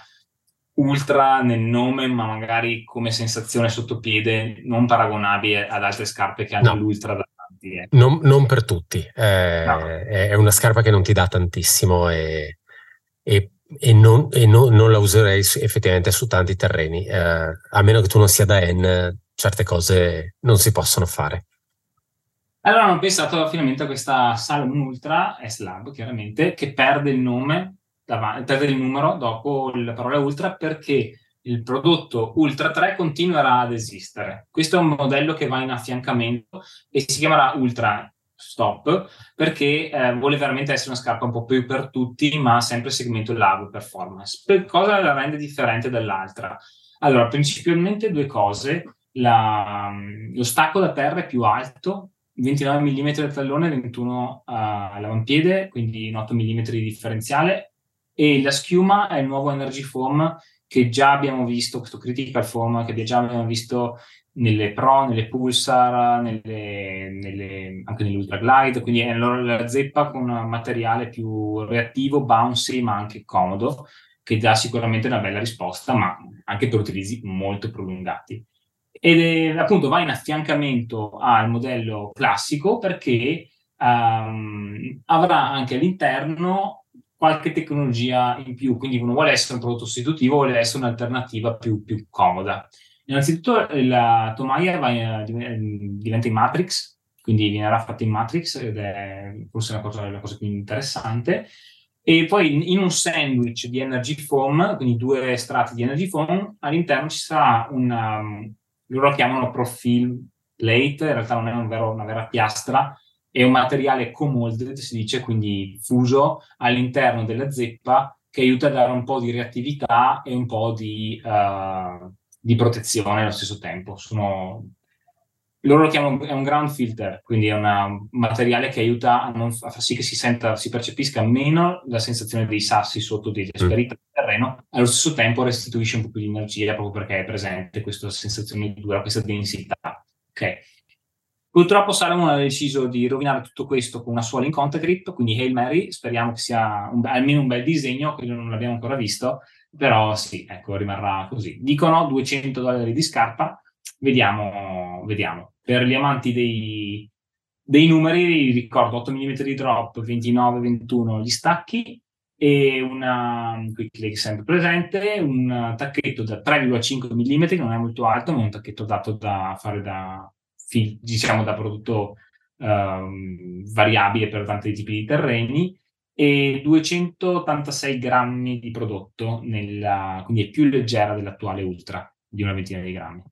ultra nel nome, ma magari come sensazione sotto piede non paragonabile ad altre scarpe che hanno no. l'ultra davanti. Eh. Non, non per tutti, eh, No. è una scarpa che non ti dà tantissimo e, e, e, non, e non, non la userei su, effettivamente su tanti terreni, eh, a meno che tu non sia da N, certe cose non si possono fare. Allora hanno pensato finalmente a questa Salomon Ultra S-Lab, chiaramente, che perde il nome, perde il numero dopo la parola Ultra, perché il prodotto Ultra tre continuerà ad esistere. Questo è un modello che va in affiancamento e si chiamerà Ultra Stop, perché eh, vuole veramente essere una scarpa un po' più per tutti, ma sempre segmento lab performance. Per cosa la rende differente dall'altra? Allora, principalmente due cose. La, lo stacco da terra è più alto, ventinove millimetri al tallone, ventuno all'avampiede, quindi un otto millimetri di differenziale, e la schiuma è il nuovo Energy Foam che già abbiamo visto, questo Critical Foam che già abbiamo visto nelle Pro, nelle Pulsar, nelle, nelle, anche nell'Ultra Glide, quindi è la zeppa con un materiale più reattivo, bouncy, ma anche comodo, che dà sicuramente una bella risposta, ma anche per utilizzi molto prolungati. Ed è, appunto va in affiancamento al modello classico perché um, avrà anche all'interno qualche tecnologia in più, quindi non vuole essere un prodotto sostitutivo, vuole essere un'alternativa più, più comoda. Innanzitutto la tomaia va in, diventa in matrix, quindi viene fatta in matrix ed è forse una cosa, la cosa più interessante. E poi in un sandwich di Energy Foam, quindi due strati di Energy Foam, all'interno ci sarà una, loro lo chiamano profile plate, in realtà non è un vero, una vera piastra, è un materiale co-molded, si dice, quindi fuso all'interno della zeppa, che aiuta a dare un po' di reattività e un po' di, uh, di protezione allo stesso tempo. Sono... Loro lo chiamano, è un ground filter, quindi è una, un materiale che aiuta a, non, a far sì che si senta, si percepisca meno la sensazione dei sassi sotto degli asperità del terreno, allo stesso tempo restituisce un po' più di energia proprio perché è presente questa sensazione di dura, questa densità. Ok. Purtroppo Salomon ha deciso di rovinare tutto questo con una suola in contact grip, quindi Hail Mary, speriamo che sia un, almeno un bel disegno, che non l'abbiamo ancora visto, però sì, ecco, rimarrà così. Dicono duecento dollari di scarpa, vediamo, vediamo. Per gli amanti dei, dei numeri, ricordo otto millimetri di drop, ventinove ventuno gli stacchi, e una quick leg sempre presente, un tacchetto da tre virgola cinque millimetri, non è molto alto, ma un tacchetto dato da fare da... diciamo da prodotto um, variabile per tanti tipi di terreni, e duecentottantasei grammi di prodotto, nella, quindi è più leggera dell'attuale Ultra, di una ventina di grammi.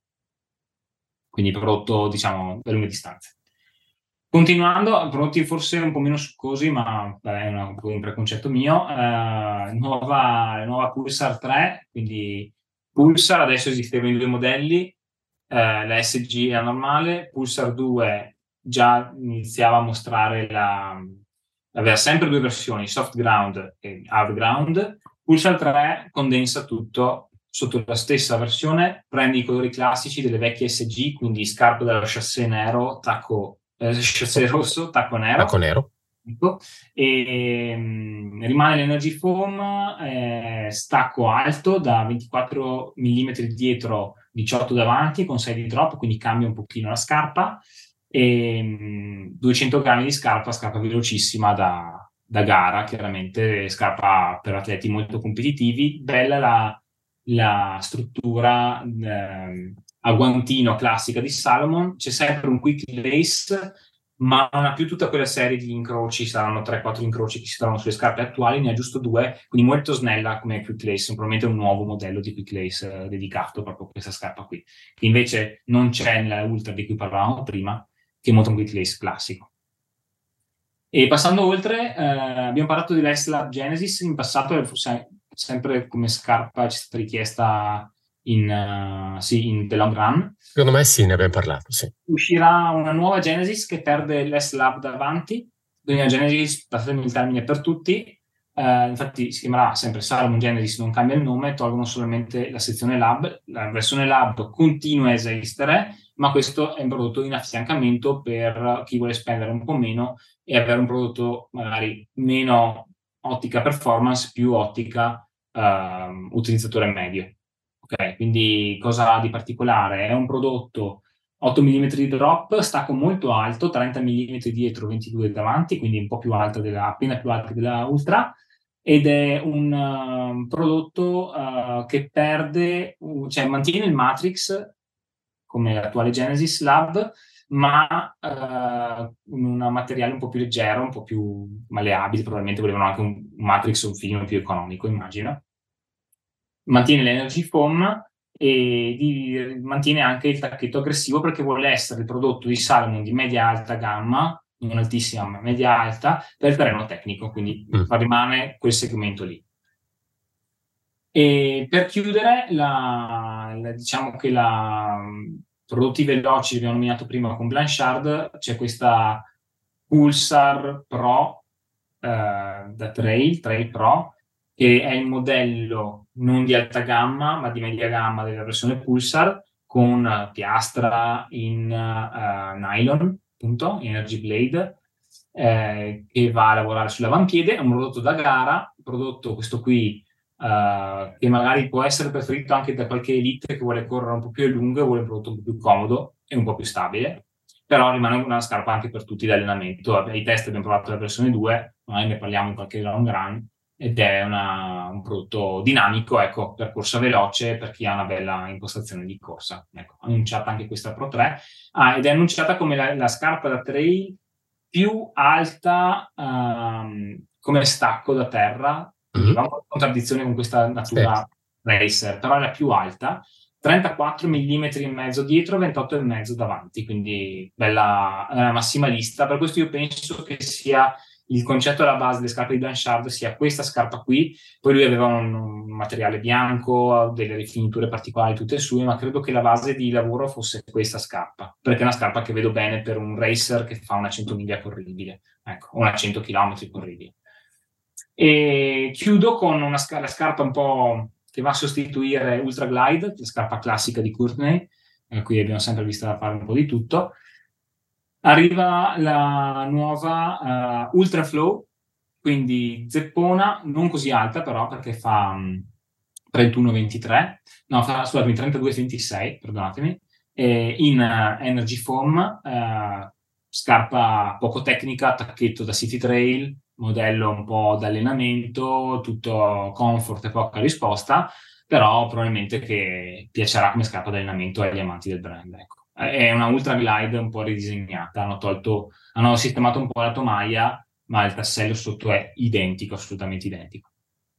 Quindi prodotto, diciamo, per lunghe distanze. Continuando, prodotti forse un po' meno succosi, ma beh, è una, un preconcetto mio, uh, nuova, nuova Pulsar tre, quindi Pulsar adesso esisteva in due modelli, Uh, la S G è la normale, Pulsar due già iniziava a mostrare la... aveva sempre due versioni, soft ground e hard ground. Pulsar tre condensa tutto sotto la stessa versione, prende i colori classici delle vecchie S G, quindi scarpe dallo chassé nero, tacco, eh, chassé rosso, tacco nero. Tacco nero. Ecco, e um, rimane l'Energy Foam, eh, stacco alto da ventiquattro millimetri dietro, diciotto davanti, con sei di drop, quindi cambia un pochino la scarpa, e um, duecento grammi di scarpa, scarpa velocissima da, da gara, chiaramente scarpa per atleti molto competitivi. Bella la, la struttura eh, a guantino classica di Salomon, c'è sempre un quick lace, ma non ha più tutta quella serie di incroci, saranno tre quattro incroci che si trovano sulle scarpe attuali, ne ha giusto due, quindi molto snella come quick lace, probabilmente un nuovo modello di quick lace eh, dedicato proprio a questa scarpa qui, che invece non c'è nella Ultra di cui parlavamo prima, che è molto un quick lace classico. E passando oltre, eh, abbiamo parlato di l'S-Lab Genesis, in passato forse sempre come scarpa ci è stata richiesta in, uh, sì, in The Long Run. Secondo me sì, ne abbiamo parlato, sì. Uscirà una nuova Genesis che perde l'S-Lab davanti, quindi una Genesis, passatemi il termine per tutti, uh, infatti si chiamerà sempre Salomon Genesis, non cambia il nome, tolgono solamente la sezione Lab, la versione Lab continua a esistere, ma questo è un prodotto in affiancamento per chi vuole spendere un po' meno e avere un prodotto magari meno ottica performance, più ottica uh, utilizzatore medio. Ok, quindi cosa ha di particolare? È un prodotto otto millimetri di drop, stacco molto alto, trenta millimetri dietro, ventidue davanti, quindi un po' più alta della, appena più alta della Ultra, ed è un uh, prodotto uh, che perde, uh, cioè mantiene il matrix come l'attuale Genesis Lab, ma uh, in un materiale un po' più leggero, un po' più malleabile, probabilmente volevano anche un, un matrix un filino più economico, immagino. Mantiene l'Energy Foam e di, mantiene anche il tacchetto aggressivo perché vuole essere il prodotto di Salomon di media-alta gamma, non altissima ma media-alta, per il terreno tecnico, quindi mm. rimane quel segmento lì. E per chiudere, la, la, diciamo che la prodotti veloci, abbiamo nominato prima con Blanchard, c'è questa Pulsar Pro eh, da Trail, Trail Pro, che è il modello non di alta gamma, ma di media gamma della versione Pulsar, con piastra in uh, nylon, appunto, Energy Blade, eh, che va a lavorare sull'avampiede. È un prodotto da gara, prodotto questo qui, uh, che magari può essere preferito anche da qualche elite che vuole correre un po' più a lungo e vuole un prodotto un po' più comodo e un po' più stabile, però rimane una scarpa anche per tutti di allenamento. Ai test abbiamo provato la versione due, magari ne parliamo in qualche long run, ed è una, un prodotto dinamico, ecco, per corsa veloce, per chi ha una bella impostazione di corsa. Ecco, annunciata anche questa Pro tre, ah, ed è annunciata come la, la scarpa da trail più alta um, come stacco da terra, quindi va mm-hmm. in contraddizione con questa natura sì. racer, però è la più alta, trentaquattro millimetri e mezzo dietro, ventotto e mezzo davanti, quindi bella eh, massimalista. Per questo io penso che sia il concetto alla base delle scarpe di Blanchard sia questa scarpa qui. Poi lui aveva un, un materiale bianco, delle rifiniture particolari tutte sue, ma credo che la base di lavoro fosse questa scarpa, perché è una scarpa che vedo bene per un racer che fa una cento miglia corribile, ecco, una cento chilometri corribile. E chiudo con una sca- la scarpa un po' che va a sostituire Ultra Glide, la scarpa classica di Courtney, eh, qui abbiamo sempre visto da fare un po' di tutto. Arriva la nuova uh, Ultra Flow, quindi zeppona, non così alta però, perché fa um, trentuno ventitré, no, fa, scusatemi, trentadue ventisei, perdonatemi, eh, in uh, Energy Foam, uh, scarpa poco tecnica, tacchetto da City Trail, modello un po' d'allenamento, tutto comfort e poca risposta, però probabilmente che piacerà come scarpa d'allenamento agli amanti del brand, ecco. È una Ultra Glide un po' ridisegnata, hanno tolto, hanno sistemato un po' la tomaia, ma il tassello sotto è identico, assolutamente identico.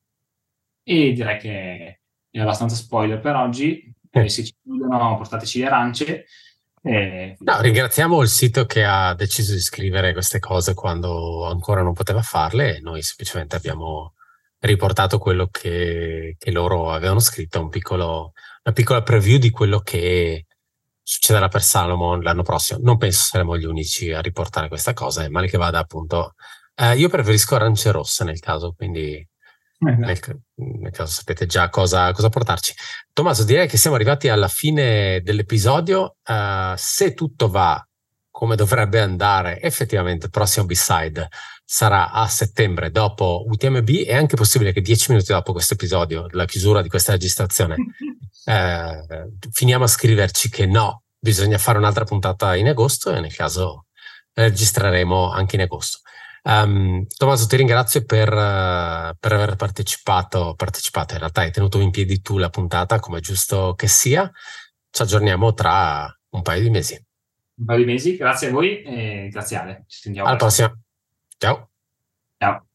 E direi che è abbastanza spoiler per oggi, e se ci chiudono portateci le arance. E... No, ringraziamo il sito che ha deciso di scrivere queste cose quando ancora non poteva farle, e noi semplicemente abbiamo riportato quello che, che loro avevano scritto, un piccolo, una piccola preview di quello che succederà per Salomon l'anno prossimo. Non penso saremo gli unici a riportare questa cosa, è male che vada, appunto. Eh, io preferisco arance rosse nel caso, quindi eh, nel, nel caso sapete già cosa, cosa portarci. Tommaso, direi che siamo arrivati alla fine dell'episodio. Uh, se tutto va come dovrebbe andare, effettivamente il prossimo B-Side sarà a settembre dopo U T M B. È anche possibile che dieci minuti dopo questo episodio, la chiusura di questa registrazione, eh, finiamo a scriverci che no, bisogna fare un'altra puntata in agosto, e nel caso registreremo anche in agosto. Um, Tommaso, ti ringrazio per, uh, per aver partecipato, partecipato, in realtà hai tenuto in piedi tu la puntata, come è giusto che sia. Ci aggiorniamo tra un paio di mesi. Un paio di mesi, grazie a voi e grazie Ale. Ci sentiamo alla presto. prossima. Ciao. Ciao.